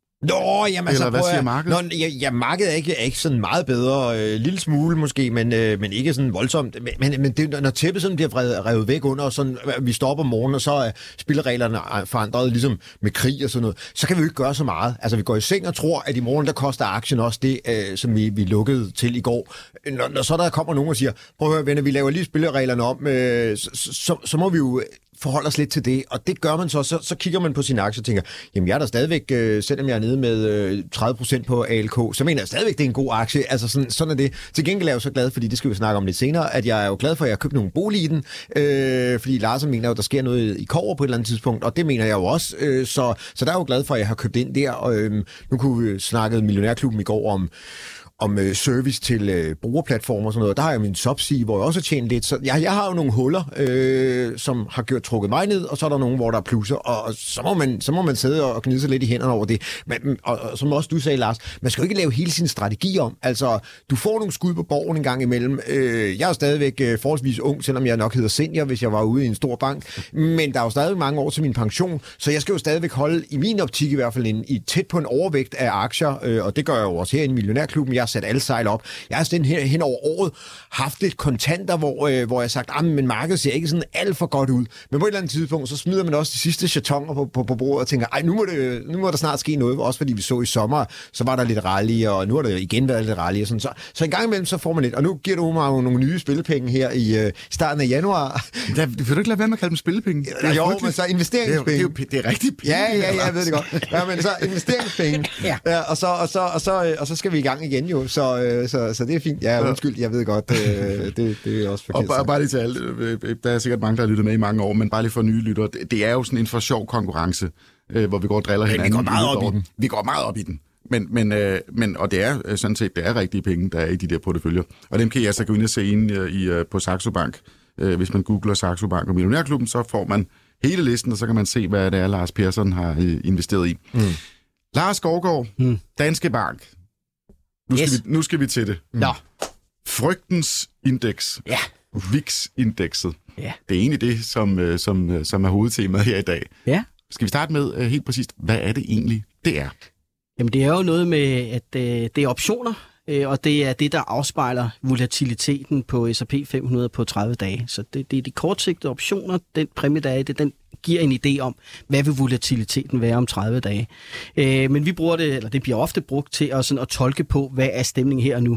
Nå, jamen altså, Eller hvad siger jeg, markedet? Nå, ja, ja, markedet er ikke, er ikke sådan meget bedre. Øh, lille smule måske, men, øh, men ikke sådan voldsomt. Men, men, men det, når tæppet sådan bliver revet, revet væk under, og sådan, vi står op om morgenen, og så er spillereglerne forandret ligesom med krig og sådan noget, så kan vi jo ikke gøre så meget. Altså, vi går i seng og tror, at i morgen, der koster aktien også det, øh, som vi, vi lukkede til i går. Når, når så der kommer nogen og siger, prøv at høre, venner, vi laver lige spillereglerne om, øh, så, så, så må vi jo forholde os lidt til det, og det gør man så, så, så kigger man på sin aktie og tænker, jamen jeg er der stadigvæk, øh, selvom jeg er nede med øh, tredive procent på A L K, så mener jeg stadigvæk, det er en god aktie, altså sådan, sådan er det. Til gengæld er jeg jo så glad, fordi det skal vi snakke om lidt senere, at jeg er jo glad for, at jeg har købt nogle bolig i den, øh, fordi Lars mener jo, der sker noget i Kobber på et eller andet tidspunkt, og det mener jeg jo også, øh, så, så der er jo glad for, at jeg har købt ind der, og øh, nu kunne vi snakke Millionærklubben i går om om øh, service til øh, brugerplatformer og sådan noget. Der har jeg min Subsea, hvor jeg også har tjent lidt. Så jeg, jeg har jo nogle huller, øh, som har gjort trukket mig ned, og så er der nogle, hvor der er plusser, og, og så, må man, så må man sidde og gnide sig lidt i hænderne over det. Men, og, og som også du sagde, Lars, man skal jo ikke lave hele sin strategi om. Altså, du får nogle skud på borgen en gang imellem. Øh, jeg er jo stadigvæk øh, forholdsvis ung, selvom jeg nok hedder senior, hvis jeg var ude i en stor bank. Men der er jo stadig mange år til min pension, så jeg skal jo stadigvæk holde, i min optik i hvert fald, en, i tæt på en overvægt af aktier, øh, og det gør jeg jo også her i Millionærklubben. Jeg sat alle sejl op. Jeg har sådan her hen over året haft lidt kontanter, hvor, øh, hvor jeg har sagt, ah, men markedet ser ikke sådan alt for godt ud. Men på et eller andet tidspunkt, så smider man også de sidste chatonger på, på, på bordet og tænker, ej, nu må, det, nu må der snart ske noget, også fordi vi så i sommer, så var der lidt rally, og nu har der igen været lidt rally. Og sådan. Så, så en gang imellem, så får man lidt, og nu giver du mig nogle nye spillepenge her i øh, starten af januar. Ja, vil du ikke lade være med at kalde dem spillepenge? Ja, jo, men så investeringspenge. Det er, det er, det er rigtig penge. Ja, ja, ja, jeg ved det godt. Ja, men så investeringspenge. Ja. Ja, og, så, og, så, og, så, og så skal vi i gang igen jo, så Så, så det er fint. Ja, undskyld, jeg ved godt, det, det, det er også forkert. Og bare, bare lige til alt, der er sikkert mange, der har lyttet med i mange år, men bare lige for nye lyttere, det, det er jo sådan en for sjov konkurrence, hvor vi går og driller hinanden. Vi går meget op i den. Vi går meget op i den. Men, men, men, og det er sådan set, det er rigtige penge, der er i de der porteføljer. Og dem kan jeg så gå ind og se ind i, på Saxo Bank. Hvis man googler Saxo Bank og Millionærklubben, så får man hele listen, og så kan man se, hvad det er, Lars Persson har investeret i. Mm. Lars Skovgaard, mm. Danske Bank. Nu skal, yes. vi, nu skal vi til det. Nå. Frygtens indeks. Ja. V I X-indekset. Ja. Det er egentlig det, som, som, som er hovedtemaet her i dag. Ja. Skal vi starte med uh, helt præcist, hvad er det egentlig, det er? Jamen, det er jo noget med, at øh, det er optioner, øh, og det er det, der afspejler volatiliteten på S og P fem hundrede på tredive dage. Så det, det er de kortsigtede optioner, den præmie, der er i det, den giver en idé om, hvad vil volatiliteten være om tredive dage. Øh, men vi bruger det, eller det bliver ofte brugt til at, sådan, at tolke på, hvad er stemningen her og nu.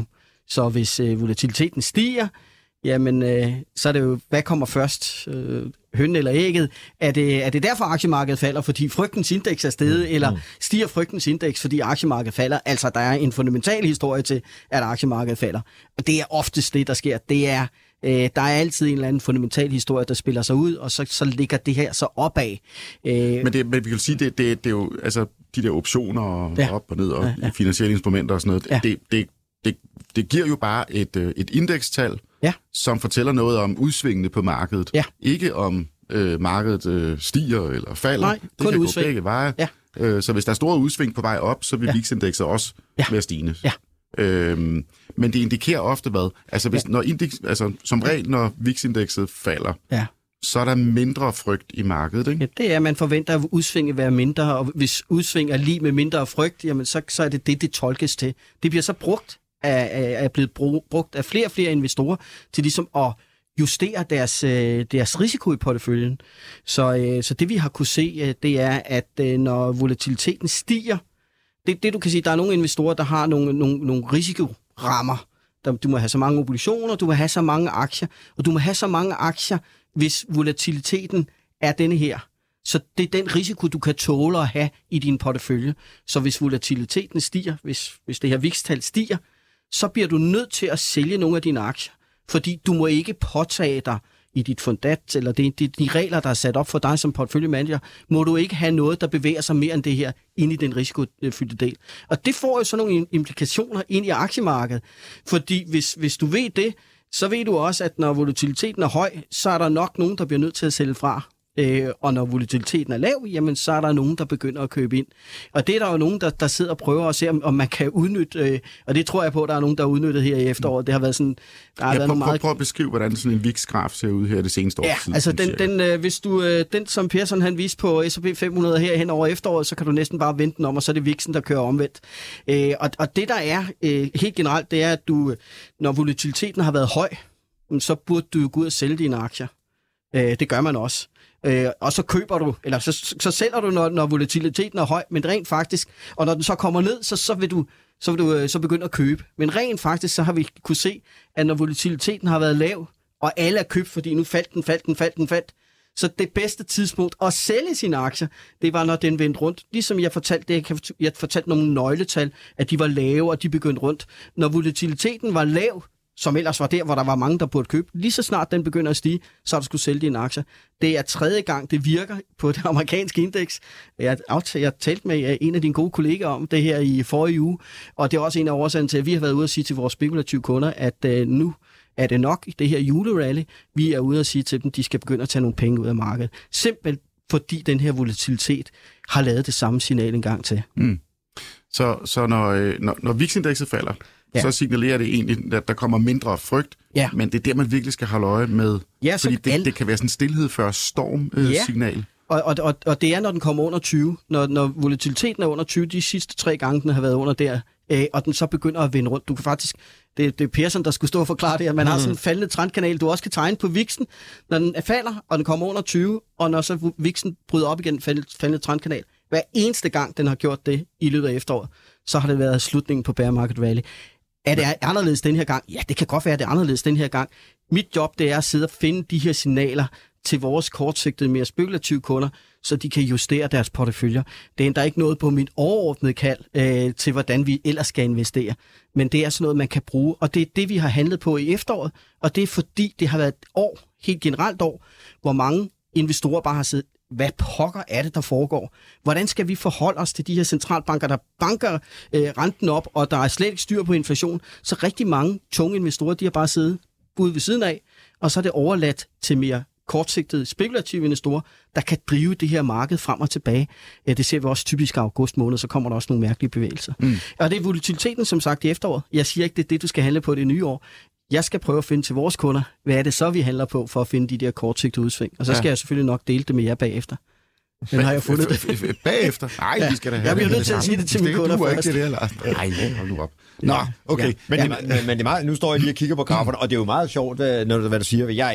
Så hvis øh, volatiliteten stiger, jamen, øh, så er det jo, hvad kommer først? Øh, hønnen eller ægget? Er det, er det derfor, aktiemarkedet falder, fordi frygtens indeks er steget, mm. eller stiger frygtens indeks, fordi aktiemarkedet falder? Altså, der er en fundamental historie til, at aktiemarkedet falder. Og det er oftest det, der sker. Det er, øh, der er altid en eller anden fundamental historie, der spiller sig ud, og så, så ligger det her så opad. Øh, men, det, men vi kan sige, det, det, det er jo, altså, de der optioner og ja. op og ned, og ja, ja. finansielle instrumenter og sådan noget, ja. det, det, det, det giver jo bare et, et indekstal, ja. som fortæller noget om udsvingene på markedet. Ja. Ikke om øh, markedet øh, stiger eller falder. Nej, det kun kan udsving. gå begge veje. Ja. Øh, så hvis der er store udsving på vej op, så vil ja. V I X-indekset også ja. være stigende. Ja. Øhm, men det indikerer ofte hvad? Altså, hvis, ja. når indeks, altså som regel, når V I X-indekset falder, ja. så er der mindre frygt i markedet, ikke? Ja, det er, at man forventer, at udsvinget være mindre, og hvis udsving er lige med mindre frygt, jamen så, så er det det, det tolkes til. Det bliver så brugt af, er blevet brugt af flere og flere investorer til ligesom at justere deres, deres risiko i porteføljen. Så, så det vi har kunne se, det er, at når volatiliteten stiger, det, det du kan sige, der er nogle investorer, der har nogle, nogle, nogle risikorammer. Du må have så mange obligationer, du må have så mange aktier, og du må have så mange aktier, hvis volatiliteten er denne her. Så det er den risiko, du kan tåle at have i din portefølje. Så hvis volatiliteten stiger, hvis, hvis det her V I X-tal stiger, så bliver du nødt til at sælge nogle af dine aktier, fordi du må ikke påtage dig i dit fundat, eller det, det, de regler, der er sat op for dig som porteføljemanager, må du ikke have noget, der bevæger sig mere end det her ind i den risikofyldte del. Og det får jo sådan nogle implikationer ind i aktiemarkedet, fordi hvis, hvis du ved det, så ved du også, at når volatiliteten er høj, så er der nok nogen, der bliver nødt til at sælge fra. Øh, og når volatiliteten er lav, jamen så er der nogen, der begynder at købe ind. Og det er der jo nogen, der, der sidder og prøver at se, om, om man kan udnytte, øh, og det tror jeg på, at der er nogen, der har udnyttet her i efteråret. Det har været sådan... Der har ja, været prøv, meget... prøv at beskrive, hvordan sådan en V I X-graf ser ud her det seneste år. Ja, tid, altså den, den, øh, hvis du, øh, den som Persson han viste på S og P fem hundrede her hen over efteråret, så kan du næsten bare vente den om, og så er det V I X'en, der kører omvendt. Øh, og, og det der er øh, helt generelt, det er, at du, når volatiliteten har været høj, så burde du jo gå ud og sælge dine aktier. Øh, det gør man også. Øh, og så køber du, eller så, så sælger du, når, når volatiliteten er høj, men rent faktisk, og når den så kommer ned, så, så vil du så vil du øh, så begynde at købe. Men rent faktisk, så har vi kunne se, at når volatiliteten har været lav, og alle er købt, fordi nu faldt den, faldt den, faldt den, faldt, så det bedste tidspunkt at sælge sine aktier, det var, når den vendte rundt. Ligesom jeg fortalte, det, jeg fortalte nogle nøgletal, at de var lave, og de begyndte rundt. Når volatiliteten var lav, som ellers var der, hvor der var mange, der burde købe. Lige så snart den begynder at stige, så har du skulle sælge dine aktier. Det er tredje gang, det virker på det amerikanske indeks. Jeg har talt med en af dine gode kollegaer om det her i forrige uge, og det er også en af årsagerne til, at vi har været ude at sige til vores spekulative kunder, at uh, nu er det nok det her julerally. Vi er ude at sige til dem, at de skal begynde at tage nogle penge ud af markedet. Simpelthen fordi den her volatilitet har lavet det samme signal en gang til. Mm. Så, så når, når, når V I X-indekset falder, ja. så signalerer det egentlig, at der kommer mindre frygt, ja. men det er der, man virkelig skal holde øje med. Ja, fordi det, alt... det kan være sådan en stillhed før storm-signal. Øh, ja. og, og, og det er, når den kommer under tyve. Når, når volatiliteten er under tyve, de sidste tre gange, den har været under der, øh, og den så begynder at vende rundt. Du kan faktisk, det, det er Persson, der skulle stå og forklare det her. Man mm. har sådan en faldende trendkanal, du også kan tegne på V I X'en, når den falder, og den kommer under tyve, og når så V I X'en bryder op igen, faldende trendkanal. Hver eneste gang, den har gjort det i løbet af efteråret, så har det været slutningen på bear market rally. Er det anderledes den her gang? Ja, det kan godt være, at det er anderledes den her gang. Mit job, det er at sidde og finde de her signaler til vores kortsigtede, mere spekulative kunder, så de kan justere deres porteføljer. Det ændrer ikke noget på mit overordnede kald øh, til, hvordan vi ellers skal investere. Men det er sådan noget, man kan bruge, og det er det, vi har handlet på i efteråret, og det er fordi, det har været et år, helt generelt år, hvor mange investorer bare har siddet, hvad pokker er det, der foregår? Hvordan skal vi forholde os til de her centralbanker, der banker øh, renten op, og der er slet ikke styr på inflation? Så rigtig mange tunge investorer, de har bare siddet ude ved siden af, og så er det overladt til mere kortsigtede, spekulative investorer, der kan drive det her marked frem og tilbage. Ja, det ser vi også typisk i august måned, så kommer der også nogle mærkelige bevægelser. Mm. Og det er volatiliteten, som sagt, i efteråret. Jeg siger ikke, det er det, du skal handle på det nye år. Jeg skal prøve at finde til vores kunder, hvad er det så, vi handler på for at finde de der kortsigtede udsving. Og så skal ja. jeg selvfølgelig nok dele det med jer bagefter. Den har jeg fundet det. Bagefter? Nej, ja. vi skal da have jeg bliver nødt til at sige det til mine kunder først. Det ikke det der, Nej, hold nu op. Nå, okay. Ja. Men, ja. det, men det er meget, nu står jeg lige og kigger på graferne, og det er jo meget sjovt, når du, hvad du siger. Jeg,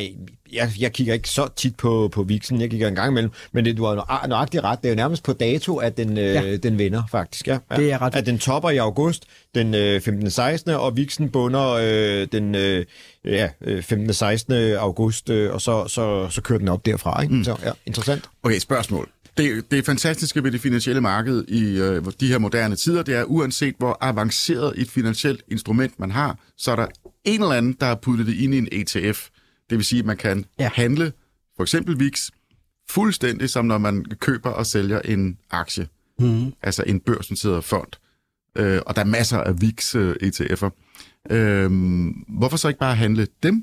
jeg, jeg kigger ikke så tit på, på Vixen, jeg kigger en gang imellem, men det, du har nøjagtigt ret, det er jo nærmest på dato, at den, ja. øh, den vender faktisk. Ja. Ja. Det er ret. At den topper i august, den øh, femtende sekstende og Vixen bunder øh, den øh, ja, femtende sekstende august, øh, og så, så, så kører den op derfra. Ikke? Mm. Så ja, interessant. Okay, spørgsmål. Det, det fantastiske ved det finansielle marked i øh, de her moderne tider, det er, uanset hvor avanceret et finansielt instrument man har, så er der en eller anden, der har puttet det ind i en E T F. Det vil sige, at man kan ja. handle, for eksempel V I X, fuldstændig som når man køber og sælger en aktie. Mm. Altså en børsnoteret fond. Øh, og der er masser af V I X-E T F'er. Øh, hvorfor så ikke bare handle dem?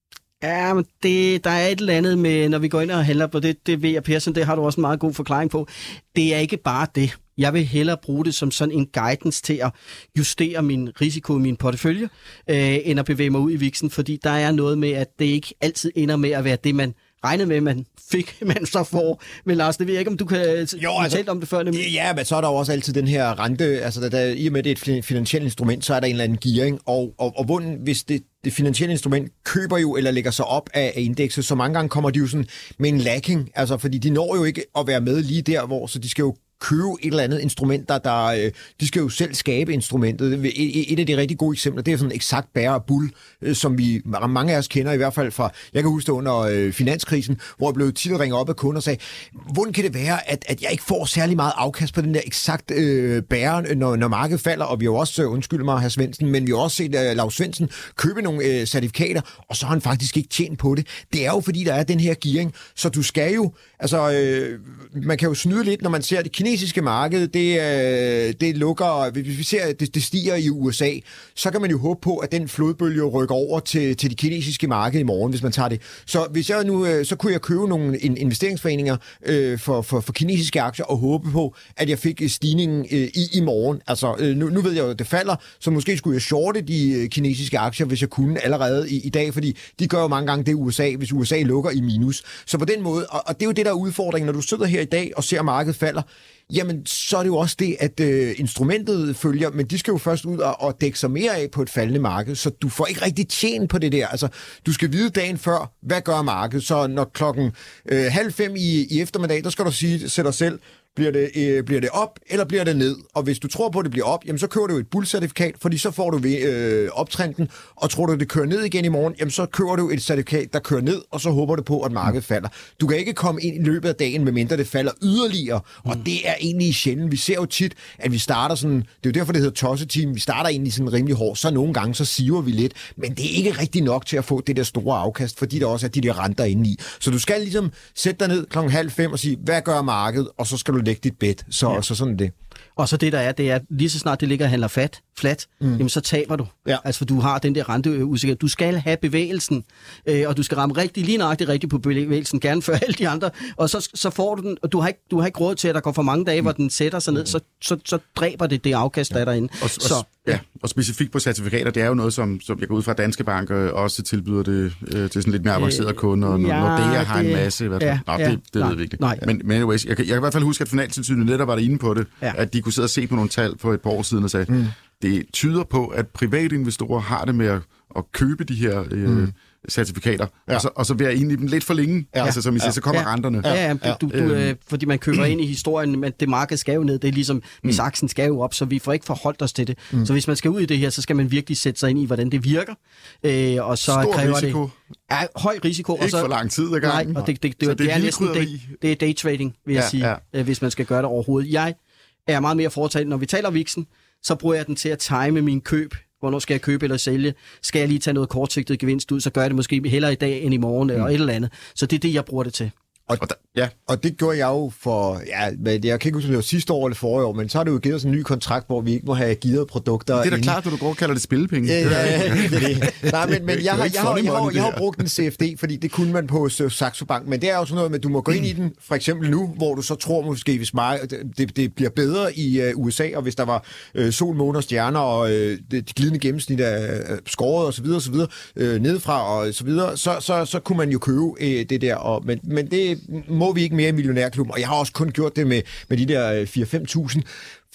Ja, men det, der er et eller andet med, når vi går ind og handler på det, det ved jeg, Persson, det har du også en meget god forklaring på. Det er ikke bare det. Jeg vil hellere bruge det som sådan en guidance til at justere min risiko i min portefølje, øh, end at bevæge mig ud i V I X'en, fordi der er noget med, at det ikke altid ender med at være det, man regnede med, man fik, man så får. Men Lars, det ved jeg ikke, om du kan jo, altså, tale om det før. Nemlig. Ja, men så er der jo også altid den her rente, altså der, der, i og med, det er et finansielt instrument, så er der en eller anden gearing, og, og, og hvordan, hvis det, det finansielle instrument køber jo, eller lægger sig op af, af indekset, så mange gange kommer de jo sådan med en lacking, altså fordi de når jo ikke at være med lige der, hvor, så de skal jo købe et eller andet instrument, der, der de skal jo selv skabe instrumentet. Et, et af de rigtig gode eksempler, det er sådan en eksakt bære bull, som vi mange af os kender, i hvert fald fra, jeg kan huske det under øh, finanskrisen, hvor jeg blev tit ringet op af kunder og sagde, hvordan kan det være, at, at jeg ikke får særlig meget afkast på den der eksakt øh, bære, når, når markedet falder, og vi har jo også, øh, undskyld mig, hr. Svendsen, men vi har også set øh, Lars Svendsen købe nogle øh, certifikater, og så har han faktisk ikke tjent på det. Det er jo fordi, der er den her gearing, så du skal jo, altså, øh, man kan jo snyde lidt, når man ser det kinesiske marked, det, øh, det lukker, hvis vi ser, at det, det stiger i U S A, så kan man jo håbe på, at den flodbølge rykker over til, til det kinesiske marked i morgen, hvis man tager det. Så hvis jeg nu, øh, så kunne jeg købe nogle investeringsforeninger øh, for, for, for kinesiske aktier og håbe på, at jeg fik stigningen øh, i, i morgen. Altså, øh, nu, nu ved jeg jo, at det falder, så måske skulle jeg shorte de øh, kinesiske aktier, hvis jeg kunne allerede i, i dag, fordi de gør jo mange gange det U S A, hvis U S A lukker i minus. Så på den måde, og, og det er jo det, der er udfordringen, når du sidder her i dag og ser, at markedet falder, jamen, så er det jo også det, at øh, instrumentet følger, men de skal jo først ud og, og dække sig mere af på et faldende marked, så du får ikke rigtig tjent på det der. Altså, du skal vide dagen før, hvad gør markedet? Så når klokken øh, halv fem i, i eftermiddag, der skal du sige til dig selv, Bliver det, øh, bliver det op, eller bliver det ned? Og hvis du tror på, at det bliver op, jamen så køber du et bull-certifikat, fordi så får du øh, optrenden, og tror du, at det kører ned igen i morgen, jamen så køber du et certifikat, der kører ned, og så håber du på, at markedet falder. Du kan ikke komme ind i løbet af dagen, medmindre det falder yderligere, og det er egentlig sjældent. Vi ser jo tit, at vi starter sådan, det er jo derfor, det hedder tosseteam, vi starter egentlig sådan rimelig hårdt, så nogle gange så siver vi lidt, men det er ikke rigtig nok til at få det der store afkast, fordi der også er de der renter inde i. Så du skal ligesom sætte dig ned klokken halv fem og sige, hvad gør markedet, og så skal du lægge dit bet. Så, ja. så sådan det. Og så det der er, det er, lige så snart det ligger og handler fat, flat, mm. jamen så taber du. Ja. Altså for du har den der renteusikkerhed. Du skal have bevægelsen, øh, og du skal ramme rigtig, lige nøjagtigt rigtigt på bevægelsen, gerne før alle de andre, og så, så får du den, og du har, ikke, du har ikke råd til, at der går for mange dage, mm. hvor den sætter sig ned, mm. så, så, så dræber det det afkast, der er derinde. Og, så, og, ja. og specifikt på certifikater, det er jo noget, som, som jeg går ud fra, Danske Bank også tilbyder det øh, til sådan lidt mere avancerede øh, kunder, og ja, Nordea har det, en masse. Hvad ja, Nå, ja, det, det nej, ved vi ikke. Nej. Men, men anyways, jeg kan, jeg kan i hvert fald huske, at Finanstilsynet netop var der inde på det, ja. at de kunne sidde og se på nogle tal for et par år siden og sagde, mm. det tyder på, at private investorer har det med at, at købe de her øh, mm. certifikater, ja. og, så, og så være inde i dem lidt for længe. Ja. Altså, som I siger, så kommer ja. renterne. Ja, ja, du, du, øh, fordi man køber ind i historien, men det marked skal jo ned. Det er ligesom, hvis mm. aktien skal jo op, så vi får ikke forholdt os til det. Mm. Så hvis man skal ud i det her, så skal man virkelig sætte sig ind i, hvordan det virker. Øh, og så Stor kræver risiko. Det ja, høj risiko. Ikke og så, for lang tid ad gangen. Nej, og det, det, det, det, det, det er næsten day, det er daytrading, vil jeg ja, sige, ja. hvis man skal gøre det overhovedet. Jeg er meget mere fortalt, når vi taler V I X'en, så bruger jeg den til at time min køb. Hvornår skal jeg købe eller sælge? Skal jeg lige tage noget kortsigtet gevinst ud, så gør jeg det måske hellere i dag end i morgen, mm. eller et eller andet. Så det er det, jeg bruger det til. Og, og, ja. og det gjorde jeg jo for, ja, jeg kan ikke huske, det var sidste år eller forrige år, men så har det jo givet os en ny kontrakt, hvor vi ikke må have gearet produkter. Det er da klart, at du går og kalder det spillepenge. Ja, ja, ja, det er det. Nej, men, men jeg, har, jeg, har, jeg, har, jeg har brugt en C F D, fordi det kunne man på Saxo Bank, men det er jo sådan noget med, at du må gå ind i den, for eksempel nu, hvor du så tror måske, hvis mig, det, det bliver bedre i uh, U S A, og hvis der var uh, sol, måne og stjerner, og uh, det glidende gennemsnit er uh, skåret og så videre, og så videre, uh, nedefra og så videre, så, så, så kunne man jo købe uh, det der, og, men, men det må vi ikke mere i Millionærklubben, og jeg har også kun gjort det med, med de der fire til fem tusind,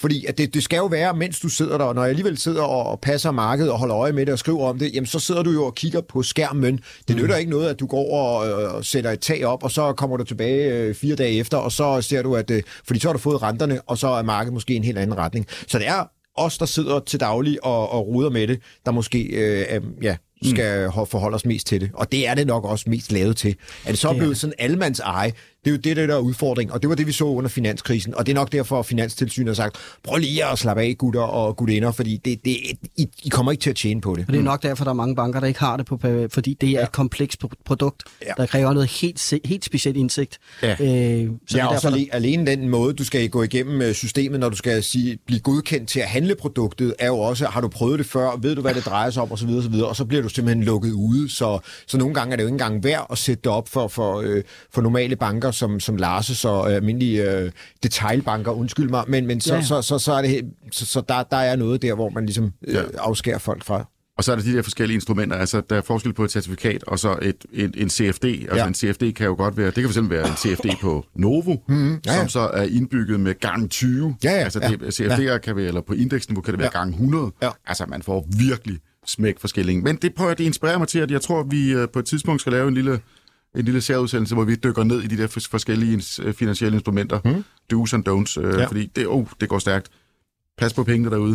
Fordi at det, det skal jo være, mens du sidder der, og når jeg alligevel sidder og passer markedet og holder øje med det og skriver om det, jamen så sidder du jo og kigger på skærmen. Det nytter mm. ikke noget, at du går og, øh, og sætter et tag op, og så kommer du tilbage øh, fire dage efter, og så ser du, at øh, fordi så har du fået renterne, og så er markedet måske i en helt anden retning. Så det er os, der sidder til daglig og, og ruder med det, der måske øh, øh, ja, skal mm. forholde os mest til det. Og det er det nok også mest lavet til. Er det så det blevet sådan almands eje? Det er jo det, der er udfordring, og det var det, vi så under finanskrisen, og det er nok derfor, at Finanstilsynet har sagt, prøv lige at slappe af, gutter og gutinder, fordi det, det, I, I kommer ikke til at tjene på det. Og det er nok derfor, der er mange banker, der ikke har det, på, fordi det er ja. et komplekst produkt, ja. der kræver noget helt, helt specielt indsigt. Ja, øh, så ja det er og derfor, så der... alene den måde, du skal gå igennem systemet, når du skal sige, blive godkendt til at handle produktet, er jo også, har du prøvet det før, ved du, hvad det drejer sig om, osv., osv., og så bliver du simpelthen lukket ude, så, så nogle gange er det jo ikke engang værd at sætte det op for, for, øh, for normale banker, som, som Lars så almindelige øh, detailbanker, undskyld mig, men, men så, ja. så, så, så er det så, så der, der er noget der, hvor man ligesom øh, ja. afskærer folk fra. Og så er der de der forskellige instrumenter, altså der er forskel på et certifikat og så et, et, en C F D. Altså ja. en C F D kan jo godt være, det kan fx være en C F D på Novo, mm-hmm. ja, ja. som så er indbygget med gang tyve. Ja, ja. Altså det, C F D'er ja. kan være, eller på indeksniveau kan det være ja. gang hundrede. Ja. Altså man får virkelig smæk for skillingen. Men det prøver det inspirerer mig til, at jeg tror, at vi på et tidspunkt skal lave en lille en lille særudsendelse, hvor vi dykker ned i de der forskellige finansielle instrumenter. Mm. Do's and don'ts, øh, ja. fordi det, oh, det går stærkt. Pas på pengene derude.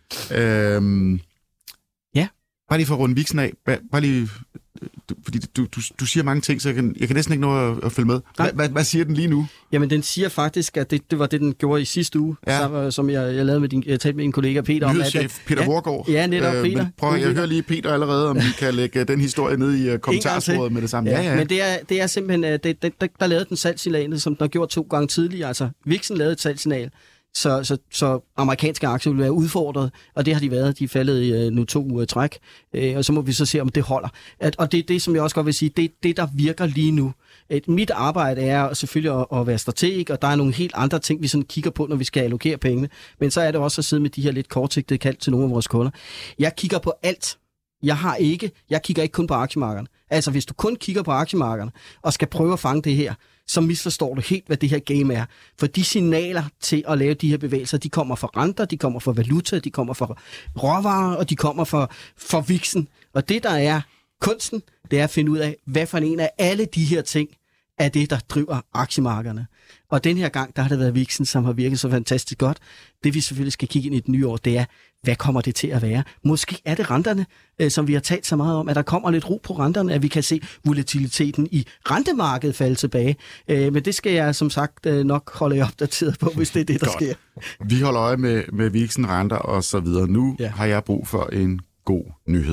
Øhm, ja. Bare lige for at runde viksen af. Bare lige, fordi du, du, du siger mange ting, så jeg kan, jeg kan næsten ikke nå at, at følge med. Hvad, hvad, hvad siger den lige nu? Jamen, den siger faktisk, at det, det var det, den gjorde i sidste uge, ja. sammen, som jeg, jeg lavede med din, jeg talte med din kollega Peter. Nyhedschef Peter ja, Vorgård. Ja, netop øh, Peter. Prøv, jeg hører lige Peter allerede, om vi kan lægge den historie ned i uh, kommentarsporet med det samme. Ja, ja, ja. Men det er, det er simpelthen, det, det, der, der lavede den salgsignalet, som den har gjort to gange tidligere. Altså, Vixen lavede et salgsignal, så, så, så amerikanske aktier vil være udfordret, og det har de været. De er faldet i uh, nu to uger træk, uh, og så må vi så se, om det holder. At, og det er det, som jeg også godt vil sige, det er det, der virker lige nu. Et, mit arbejde er selvfølgelig at, at være strateg, og der er nogle helt andre ting, vi sådan kigger på, når vi skal allokere pengene. Men så er det også at sidde med de her lidt kortsigtede kald til nogle af vores kunder. Jeg kigger på alt. Jeg har ikke, jeg kigger ikke kun på aktiemarkederne. Altså, hvis du kun kigger på aktiemarkederne og skal prøve at fange det her, så misforstår du helt, hvad det her game er. For de signaler til at lave de her bevægelser, de kommer fra renter, de kommer fra valuta, de kommer fra råvarer, og de kommer fra, fra Vixen. Og det, der er kunsten, det er at finde ud af, hvad for en af alle de her ting er det, der driver aktiemarkederne. Og den her gang, der har det været Vixen, som har virket så fantastisk godt. Det vi selvfølgelig skal kigge ind i det nye år, det er, hvad kommer det til at være? Måske er det renterne, øh, som vi har talt så meget om, at der kommer lidt ro på renterne, at vi kan se volatiliteten i rentemarkedet falde tilbage. Øh, men det skal jeg som sagt øh, nok holde jer opdateret på, hvis det er det, der sker. Vi holder øje med, med Vixen, renter og så videre. Nu ja. har jeg brug for en god nyhed.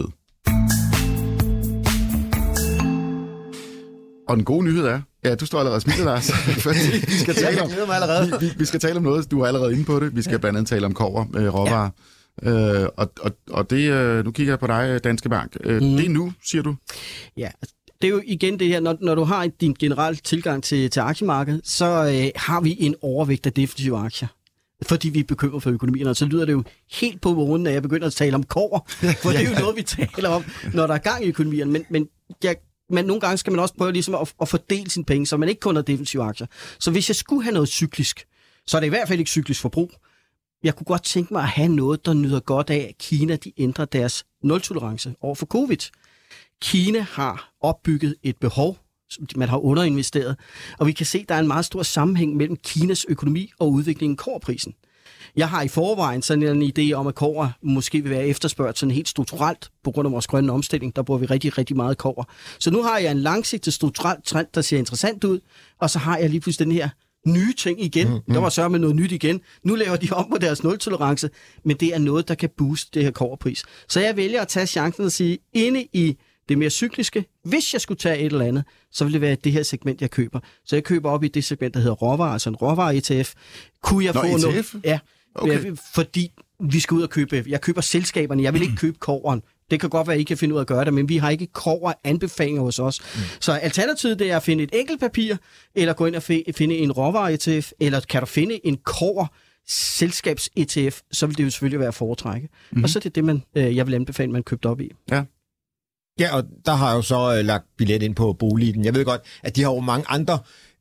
Og den gode nyhed er, ja, du står allerede og smiler, Lars. vi, skal tale om, vi, vi, vi skal tale om noget, du er allerede inde på det. Vi skal ja. blandt andet tale om kobber, øh, råvarer. Ja. Øh, og, og, og det, øh, nu kigger jeg på dig, Danske Bank. Øh, mm. Det er nu, siger du? Ja, det er jo igen det her, når, når du har din generelle tilgang til, til aktiemarkedet, så øh, har vi en overvægt af defensive aktier. Fordi vi er bekymret for økonomien, og så lyder det jo helt på månen, når jeg begynder at tale om kobber. For det er jo noget, vi taler om, når der er gang i økonomien. Men, men jeg Men nogle gange skal man også prøve ligesom at, at fordele sine penge, så man ikke kun har defensive aktier. Så hvis jeg skulle have noget cyklisk, så er det i hvert fald ikke cyklisk forbrug. Jeg kunne godt tænke mig at have noget, der nyder godt af, at Kina de ændrer deres nul-tolerance over for covid. Kina har opbygget et behov, som man har underinvesteret, og vi kan se, at der er en meget stor sammenhæng mellem Kinas økonomi og udviklingen i kobberprisen. Jeg har i forvejen sådan en idé om, at kobber måske vil være efterspørgt sådan helt strukturelt på grund af vores grønne omstilling. Der bruger vi rigtig, rigtig meget kobber. Så nu har jeg en langsigtet strukturel trend, der ser interessant ud, og så har jeg lige pludselig den her nye ting igen. Mm, mm. Der var sørge med noget nyt igen. Nu laver de om på deres nul-tolerance, men det er noget, der kan booste det her kobberpris. Så jeg vælger at tage chancen og sige, inde i det mere cykliske, hvis jeg skulle tage et eller andet, så ville det være det her segment, jeg køber. Så jeg køber op i det segment, der hedder råvarer, altså en råvarer-E T F. Kunne jeg Nå, få E T F? noget? Ja, okay. Fordi vi skal ud og købe, jeg køber selskaberne, jeg vil ikke købe kobberen. Det kan godt være, at I kan finde ud af at gøre det, men vi har ikke kobber-anbefalinger hos os. Mm. Så alternativet det er at finde et enkelt papir, eller gå ind og finde en råvarer-E T F, eller kan du finde en kobber selskabs-E T F, så vil det jo selvfølgelig være at foretrække. Mm. Og så er det det, man, jeg vil anbefale, man købte op i. Ja. Ja, og der har jeg jo så øh, lagt billet ind på boligen. Jeg ved godt, at de har jo mange andre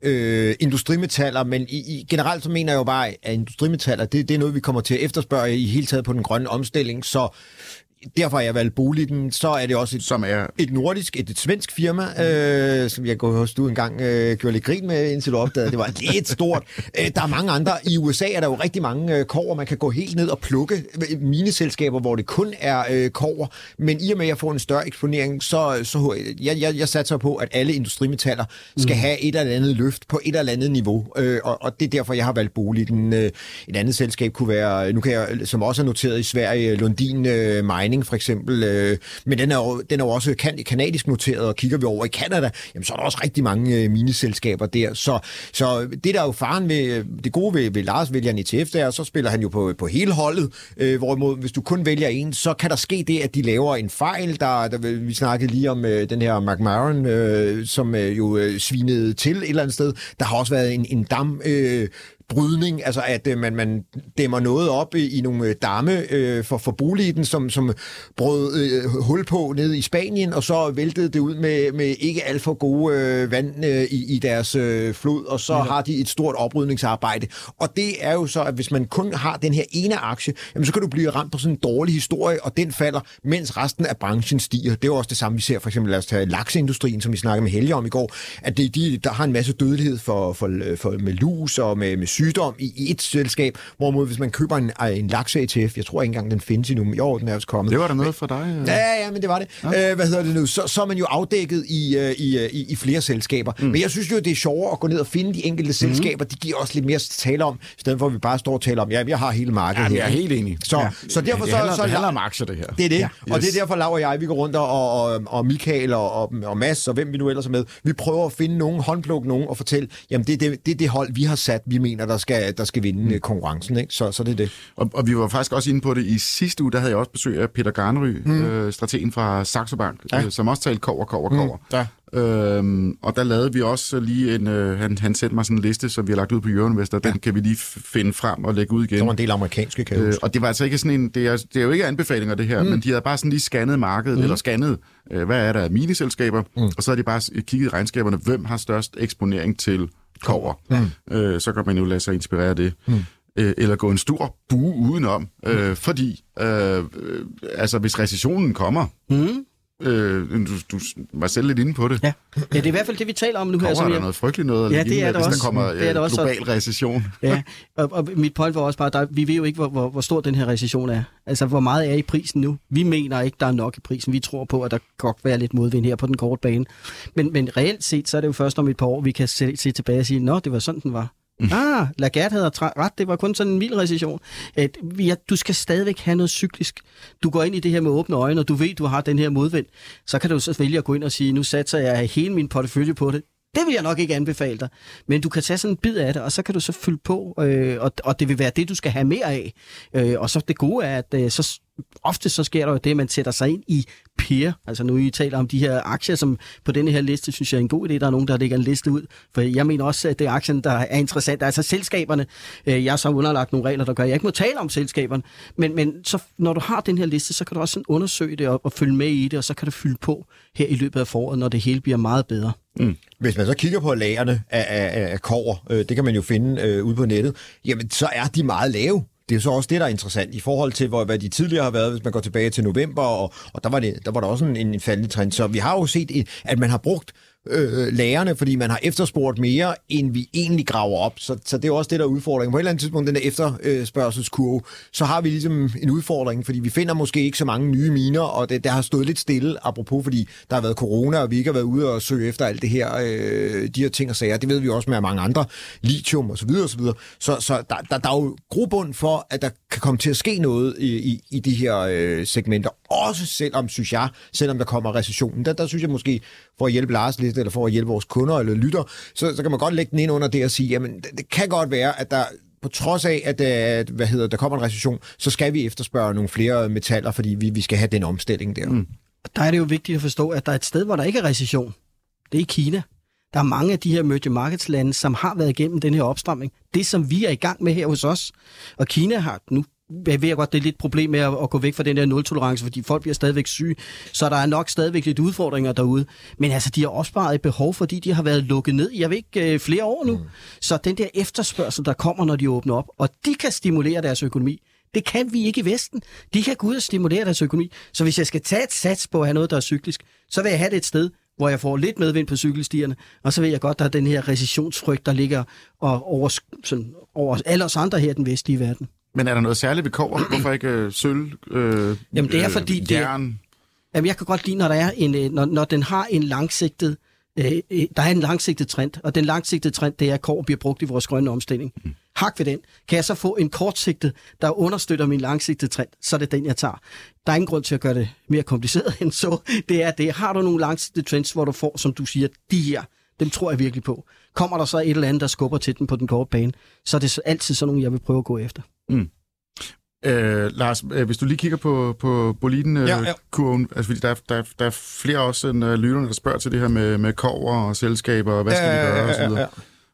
øh, industrimetaller, men i, i, generelt så mener jeg jo bare, at industrimetaller, det, det er noget, vi kommer til at efterspørge i hele taget på den grønne omstilling, så derfor har jeg valgt Boliden. Så er det også et, som er et nordisk, et, et svensk firma, øh, som jeg går hos du engang øh, gjorde lidt grin med, indtil du opdagede, det var lidt stort. Øh, der er mange andre. I U S A er der jo rigtig mange øh, kobber. Man kan gå helt ned og plukke mineselskaber, hvor det kun er øh, kobber. Men i og med, at jeg får en større eksponering, så, så jeg, jeg, jeg satser på, at alle industrimetaller skal mm. have et eller andet løft på et eller andet niveau. Øh, og, og det er derfor, jeg har valgt Boliden. Øh, et andet selskab kunne være, nu kan jeg, som også er noteret i Sverige, Lundin øh, Mining for eksempel, øh, men den er jo, den er jo også kan, kanadisk noteret, og kigger vi over i Canada, jamen så er der også rigtig mange øh, mineselskaber der, så, så det der er jo faren ved, det gode ved, ved Lars vælger en E T F der, så spiller han jo på, på hele holdet, øh, hvorimod hvis du kun vælger en, så kan der ske det, at de laver en fejl, der, der vi snakkede lige om øh, den her McMahon, øh, som øh, jo øh, svinede til et eller andet sted, der har også været en, en dam øh, brydning, altså at øh, man, man dæmmer noget op i, i nogle øh, damme øh, for, for Boliden, som, som brød øh, hul på nede i Spanien, og så væltede det ud med, med ikke alt for gode øh, vand øh, i, i deres øh, flod, og så ja. har de et stort oprydningsarbejde. Og det er jo så, at hvis man kun har den her ene aktie, jamen så kan du blive ramt på sådan en dårlig historie, og den falder, mens resten af branchen stiger. Det er jo også det samme, vi ser for eksempel, lad os tage lakseindustrien, som vi snakkede med Helge om i går, at det, de, der har en masse dødelighed for, for, for, med lus og med, med sygdom i, i et selskab, hvorimod hvis man køber en, en lakse-E T F, jeg tror ikke engang, den findes endnu, i år den er også kommet. Det var der noget for dig? Ja, ja, ja, men det var det. Ja. Øh, hvad hedder det nu? Så, så er man jo afdækket i, i, i, i flere selskaber. Mm. Men jeg synes jo, det er sjovere at gå ned og finde de enkelte mm. selskaber. De giver også lidt mere at tale om, i stedet for at vi bare står og taler om, ja, jeg har hele markedet her. Jeg er helt enig. Så, ja. så derfor ja, det så... handler, så det handler om aktier, det her. Det er det. Ja. Og Yes. det er derfor, Laura og jeg, vi går rundt, og, og, og Michael og, og, og Mads, og hvem vi nu ellers er med, vi prøver at finde nogen, håndplukke nogen og fortælle, jamen det er det, det, det hold, vi har sat, vi mener, der skal, der skal vinde mm. konkurrencen. Ikke? Så, så det er det. Og, og vi var faktisk også inde på det i sidste uge, der havde jeg også besøg af Peter Garnerø, mm. øh, strategen fra Saxo Bank, ja. øh, som også talte kover, kover, kover. Mm. Ja. Øhm, og der lavede vi også lige en, øh, han, han sendte mig sådan en liste, som vi har lagt ud på Euroinvestor, den ja. kan vi lige finde frem og lægge ud igen. Der var en del amerikanske, kan jeg øh, Og det var altså ikke sådan en, det er, det er jo ikke anbefalinger det her, mm. men de havde bare sådan lige scannet markedet, mm. eller scannet, øh, hvad er der af miniselskaber, mm. og så har de bare kigget i regnskaberne, hvem har størst eksponering til kover. Mm. Øh, så kan man jo lade sig inspirere af det. Mm. Eller gå en stor bue udenom, øh, mm. fordi øh, øh, altså hvis recessionen kommer, mm. øh, du, du var selv lidt inde på det. Ja. ja, det er i hvert fald det, vi taler om nu her. Kommer som der jeg... noget frygteligt noget, ja, det er der hvis også. der kommer det er der også. global recession? Ja, og, og mit point var også bare, der, vi ved jo ikke, hvor, hvor, hvor stor den her recession er. Altså, hvor meget er i prisen nu? Vi mener ikke, der er nok i prisen. Vi tror på, at der godt være lidt modvind her på den korte bane. Men, men reelt set, så er det jo først om et par år, vi kan se, se tilbage og sige, nå, det var sådan, den var. Mm. Ah, Lagarde havde ret, det var kun sådan en mild recession. At, ja, du skal stadigvæk have noget cyklisk. Du går ind i det her med åbne øjne, og du ved, du har den her modvind. Så kan du så vælge at gå ind og sige, nu satser jeg hele min portefølje på det. Det vil jeg nok ikke anbefale dig. Men du kan tage sådan en bid af det, og så kan du så fylde på, øh, og, og det vil være det, du skal have mere af. Øh, og så det gode er, at øh, så ofte så sker der jo det, at man sætter sig ind i peer. Altså nu I taler om de her aktier, som på denne her liste, synes jeg er en god idé. Der er nogen, der lægger en liste ud. For jeg mener også, at det er aktien, der er interessant. Altså selskaberne, øh, jeg har så underlagt nogle regler, der gør, at jeg ikke må tale om selskaberne. Men, men så, når du har den her liste, så kan du også sådan undersøge det og, og følge med i det, og så kan du fylde på her i løbet af foråret, når det hele bliver meget bedre. Mm. Hvis man så kigger på lagerne af, af, af kobber, øh, det kan man jo finde øh, ude på nettet, jamen så er de meget lave. Det er så også det, der er interessant i forhold til, hvor, hvad de tidligere har været, hvis man går tilbage til november, og, og der, var det, der var der også en, en faldende trend. Så vi har jo set, at man har brugt øh, lagerne, fordi man har efterspurgt mere, end vi egentlig graver op. Så, så det er også det, der er udfordringen. På et eller andet tidspunkt, den der efterspørgselskurve, så har vi ligesom en udfordring, fordi vi finder måske ikke så mange nye miner, og det, der har stået lidt stille, apropos, fordi der har været corona, og vi ikke har været ude og søge efter alt det her, øh, de her ting og sager. Det ved vi også med mange andre, lithium og så videre og så videre. Så, så der, der, der er jo grobund for, at der kan komme til at ske noget i, i, i de her øh, segmenter. Også selvom, synes jeg, selvom der kommer recessionen. Der, der synes jeg måske, for at hjælpe Lars lidt, eller for at hjælpe vores kunder eller lytter, så, så kan man godt lægge den ind under det og sige, jamen det, det kan godt være, at der på trods af, at, at hvad hedder, der kommer en recession, så skal vi efterspørge nogle flere metaller, fordi vi, vi skal have den omstilling der. Mm. Der er det jo vigtigt at forstå, at der er et sted, hvor der ikke er recession. Det er i Kina. Der er mange af de her emerging markets lande, som har været igennem den her opstramning. Det, som vi er i gang med her hos os. Og Kina har, nu jeg ved godt, det er lidt problem med at, at gå væk fra den der nul-tolerance, fordi folk bliver stadigvæk syge, så der er nok stadigvæk lidt udfordringer derude. Men altså, de har opsparet et behov, fordi de har været lukket ned i, jeg ved ikke, øh, flere år nu. Mm. Så den der efterspørgsel, der kommer, når de åbner op, og de kan stimulere deres økonomi. Det kan vi ikke i Vesten. De kan gå ud og stimulere deres økonomi. Så hvis jeg skal tage et sats på at have noget, der er cyklisk, så vil jeg have det et sted, hvor jeg får lidt medvind på cykelstierne, og så ved jeg godt, der er den her recessionsfrygt, der ligger over, sådan, over alle os andre her i den vestlige verden. Men er der noget særligt ved kobber? Hvorfor ikke øh, sølv, øh, Jamen det er fordi, øh, jern? Det, jamen jeg kan godt lide, når, der er en, når, når den har en langsigtet, øh, der er en langsigtet trend, og den langsigtede trend, det er, at kobber bliver brugt i vores grønne omstilling. Mm. Hak ved den. Kan jeg så få en kortsigtet, der understøtter min langsigtede trend, så er det den, jeg tager. Der er ingen grund til at gøre det mere kompliceret end så. Det er det. Har du nogle langsigtede trends, hvor du får, som du siger, de her, dem tror jeg virkelig på. Kommer der så et eller andet, der skubber til den på den korte bane, så er det altid sådan nogle, jeg vil prøve at gå efter. Mm. Øh, Lars, øh, hvis du lige kigger på, på Boliden-kurven, øh, ja, ja. altså fordi der er, der, er, der er flere også end uh, lytterne, der spørger til det her med, med kobber og selskaber, og hvad skal ja, vi gøre, ja, ja, og så videre. Ja, ja.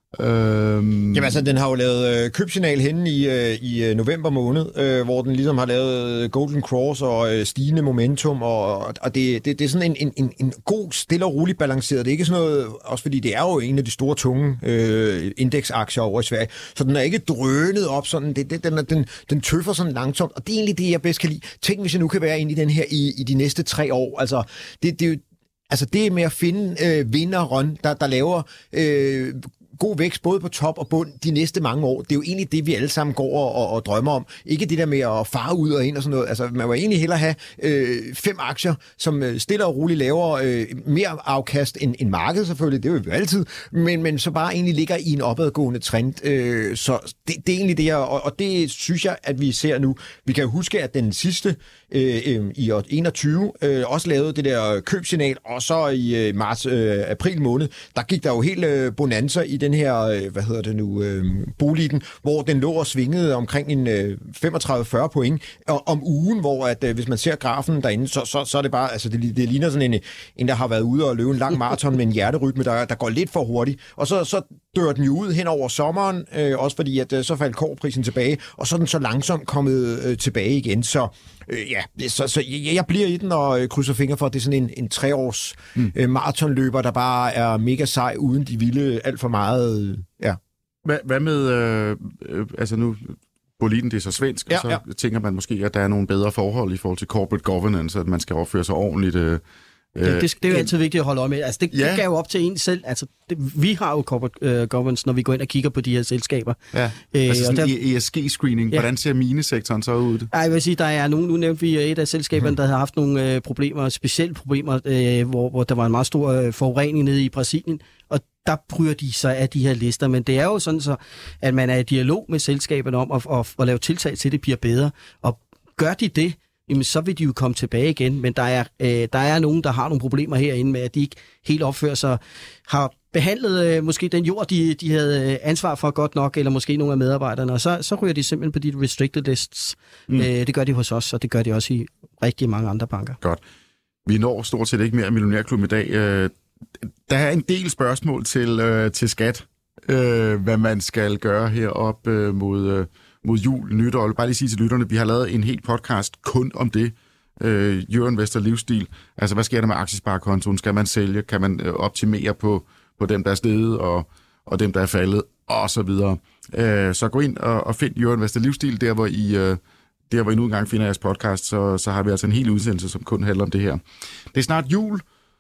Øhm... Jamen altså, den har jo lavet øh, købsignal henne i, øh, i øh, november måned, øh, hvor den ligesom har lavet Golden Cross og øh, stigende momentum, og, og det, det, det er sådan en, en, en god, stille og roligt balanceret. Det er ikke sådan noget, også fordi det er jo en af de store, tunge øh, indeksaktier over i Sverige, så den er ikke drønet op sådan, det, det, den, den, den tøffer sådan langsomt, og det er egentlig det, jeg bedst kan lide. Tænk, hvis jeg nu kan være inde i den her i, i de næste tre år, altså det, det, altså det er med at finde øh, vinderen, der, der laver øh, god vækst både på top og bund de næste mange år. Det er jo egentlig det, vi alle sammen går og, og drømmer om. Ikke det der med at fare ud og ind og sådan noget. Altså, man må egentlig hellere have øh, fem aktier, som stille og roligt laver øh, mere afkast end, end markedet selvfølgelig. Det er jo altid. Men, men så bare egentlig ligger i en opadgående trend. Øh, så det, det er egentlig det, og, og det synes jeg, at vi ser nu. Vi kan jo huske, at den sidste øh, øh, i år enogtyve øh, også lavede det der købsignal, og så i øh, marts-april øh, måned, der gik der jo helt øh, bonanza i den her, hvad hedder det nu, øh, Boliden, hvor den lå og svingede omkring en øh, femogtredive til fyrre point og, om ugen, hvor at, øh, hvis man ser grafen derinde, så, så, så er det bare, altså det, det ligner sådan en, en, der har været ude og løbe en lang maraton med en hjerterytme, der, der går lidt for hurtigt, og så, så dør den jo ud hen over sommeren, øh, også fordi, at øh, så faldt kobberprisen tilbage, og så er den så langsomt kommet øh, tilbage igen, så øh, ja, så, så jeg, jeg bliver i den og øh, krydser fingre for, at det er sådan en, en treårs mm. øh, maratonløber, der bare er mega sej, uden de vilde alt for meget, øh, ja. Hvad, hvad med, øh, øh, altså nu, Boliden, det er så svensk, ja, og så ja. tænker man måske, at der er nogle bedre forhold i forhold til corporate governance, at man skal opføre sig ordentligt. Øh, det, det, det er jo altid vigtigt at holde øje med. Altså, det, ja. det gav jo op til en selv. Altså, det, vi har jo corporate uh, governance, når vi går ind og kigger på de her selskaber. Ja. Øh, altså sådan en E S G-screening. Ja. Hvordan ser minesektoren så ud? Ej, jeg vil sige, der er nogen, nu nævnte vi et af selskaberne, mm. der har haft nogle øh, problemer, specielle problemer, øh, hvor, hvor der var en meget stor øh, forurening nede i Brasilien, og der bryder de sig af de her lister, men det er jo sådan så, at man er i dialog med selskaberne om at, at, at lave tiltag til, at det bliver bedre, og gør de det, jamen, så vil de jo komme tilbage igen, men der er, øh, der er nogen, der har nogle problemer herinde med, at de ikke helt opfører sig, har behandlet øh, måske den jord, de, de havde ansvar for godt nok, eller måske nogle af medarbejderne, og så, så ryger de simpelthen på de restricted lists. Mm. Øh, det gør de hos os, og det gør de også i rigtig mange andre banker. Godt. Vi når stort set ikke mere af Millionærklubben i dag. Øh, der er en del spørgsmål til, øh, til skat, øh, hvad man skal gøre herop øh, mod... Øh, mod jul, nytår. Jeg vil bare lige sige til lytterne, vi har lavet en hel podcast kun om det. Øh, Euroinvestor livsstil. Altså, hvad sker der med aktiesparekontoen? Skal man sælge? Kan man øh, optimere på, på dem, der er steget, og, og dem, der er faldet, og så videre. Øh, så gå ind og, og find Euroinvestor livsstil, der hvor I, øh, der hvor I nu engang finder jeres podcast, så, så har vi altså en hel udsendelse, som kun handler om det her. Det er snart jul.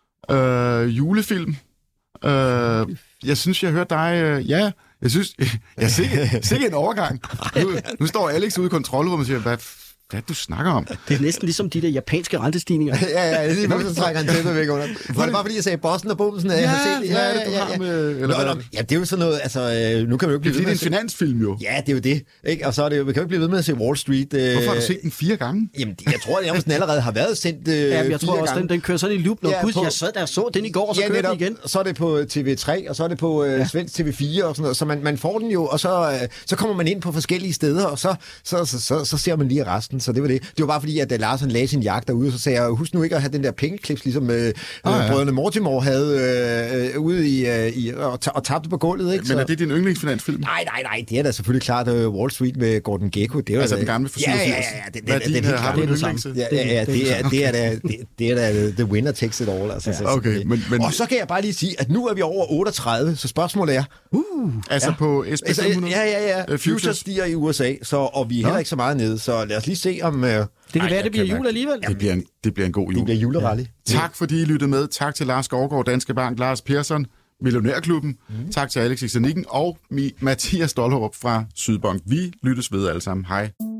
Øh, julefilm. Øh, jeg synes, jeg hørte dig... Øh, ja... Jeg synes, jeg sikkert sikke en overgang. Nu, nu står Alex ude i kontrolrummet og siger, hvad, hvad du snakker om? Det er næsten ligesom de der japanske rentestigninger. ja, ja, lige nu så trækker han tæppet væk under. Var det bare fordi, jeg sagde Boston og Bumsen? Ja, jeg har set det. Ja, ja, ja, ja, ja. Med, eller nå, nå, ja, det er jo sådan noget, altså, nu kan vi jo ikke blive ved med at se... Det er en finansfilm jo. Ja, det er jo det. Ikke? Og så er det jo, vi kan jo ikke blive ved med at se Wall Street. Øh... Hvorfor har du set den fire gange? Jamen, jeg tror, at den allerede har været sendt øh, ja, jeg tror også, den, den kører sådan i loop. Når ja, på... Jeg sad der og så den i går, og så ja, kører den igen. Så er det på T V tre, og så er det på øh, ja. Svensk T V fire og sådan noget. Så man, man får den jo, og så, øh, så kommer man ind på forskellige steder, og så, så, så, så, så ser man lige resten. så det var det. Det var bare fordi, at Lars han lagde sin jagt derude, så sagde jeg, husk nu ikke at have den der pengeklips, ligesom øh, ah, ja. brødrene Mortimer havde øh, ude i, øh, i og, og tabte på gulvet. Ikke? Men er det din yndlingsfinansfilm? Nej, nej, nej, det er da selvfølgelig klart uh, Wall Street med Gordon Gekko. Det er altså da, den gamle for syvogfirs. Ja, ja, ja, ja. Hvad er din, har du en yndlings? Ja, ja, ja, det er, det er da, det, det er da the winner takes it all. Altså, ja, okay, men, men... Og så kan jeg bare lige sige, at nu er vi over otteogtredive, så spørgsmålet er... Uh, altså ja. på S and P fem hundrede? Ja, ja, ja. Uh, futures. Futures stiger i U S A, så, og vi er heller ikke så meget nede, så lad os lige se om... Uh... Det kan Ej, være, det bliver jul alligevel. Det bliver, en, det bliver en god jul. Det bliver julerally. Ja. Tak fordi I lyttede med. Tak til Lars Skovgaard, Danske Bank, Lars Persson, Millionærklubben. Mm. Tak til Alex Ixeniken og Mathias Dollerup fra Sydbank. Vi lyttes ved alle sammen. Hej.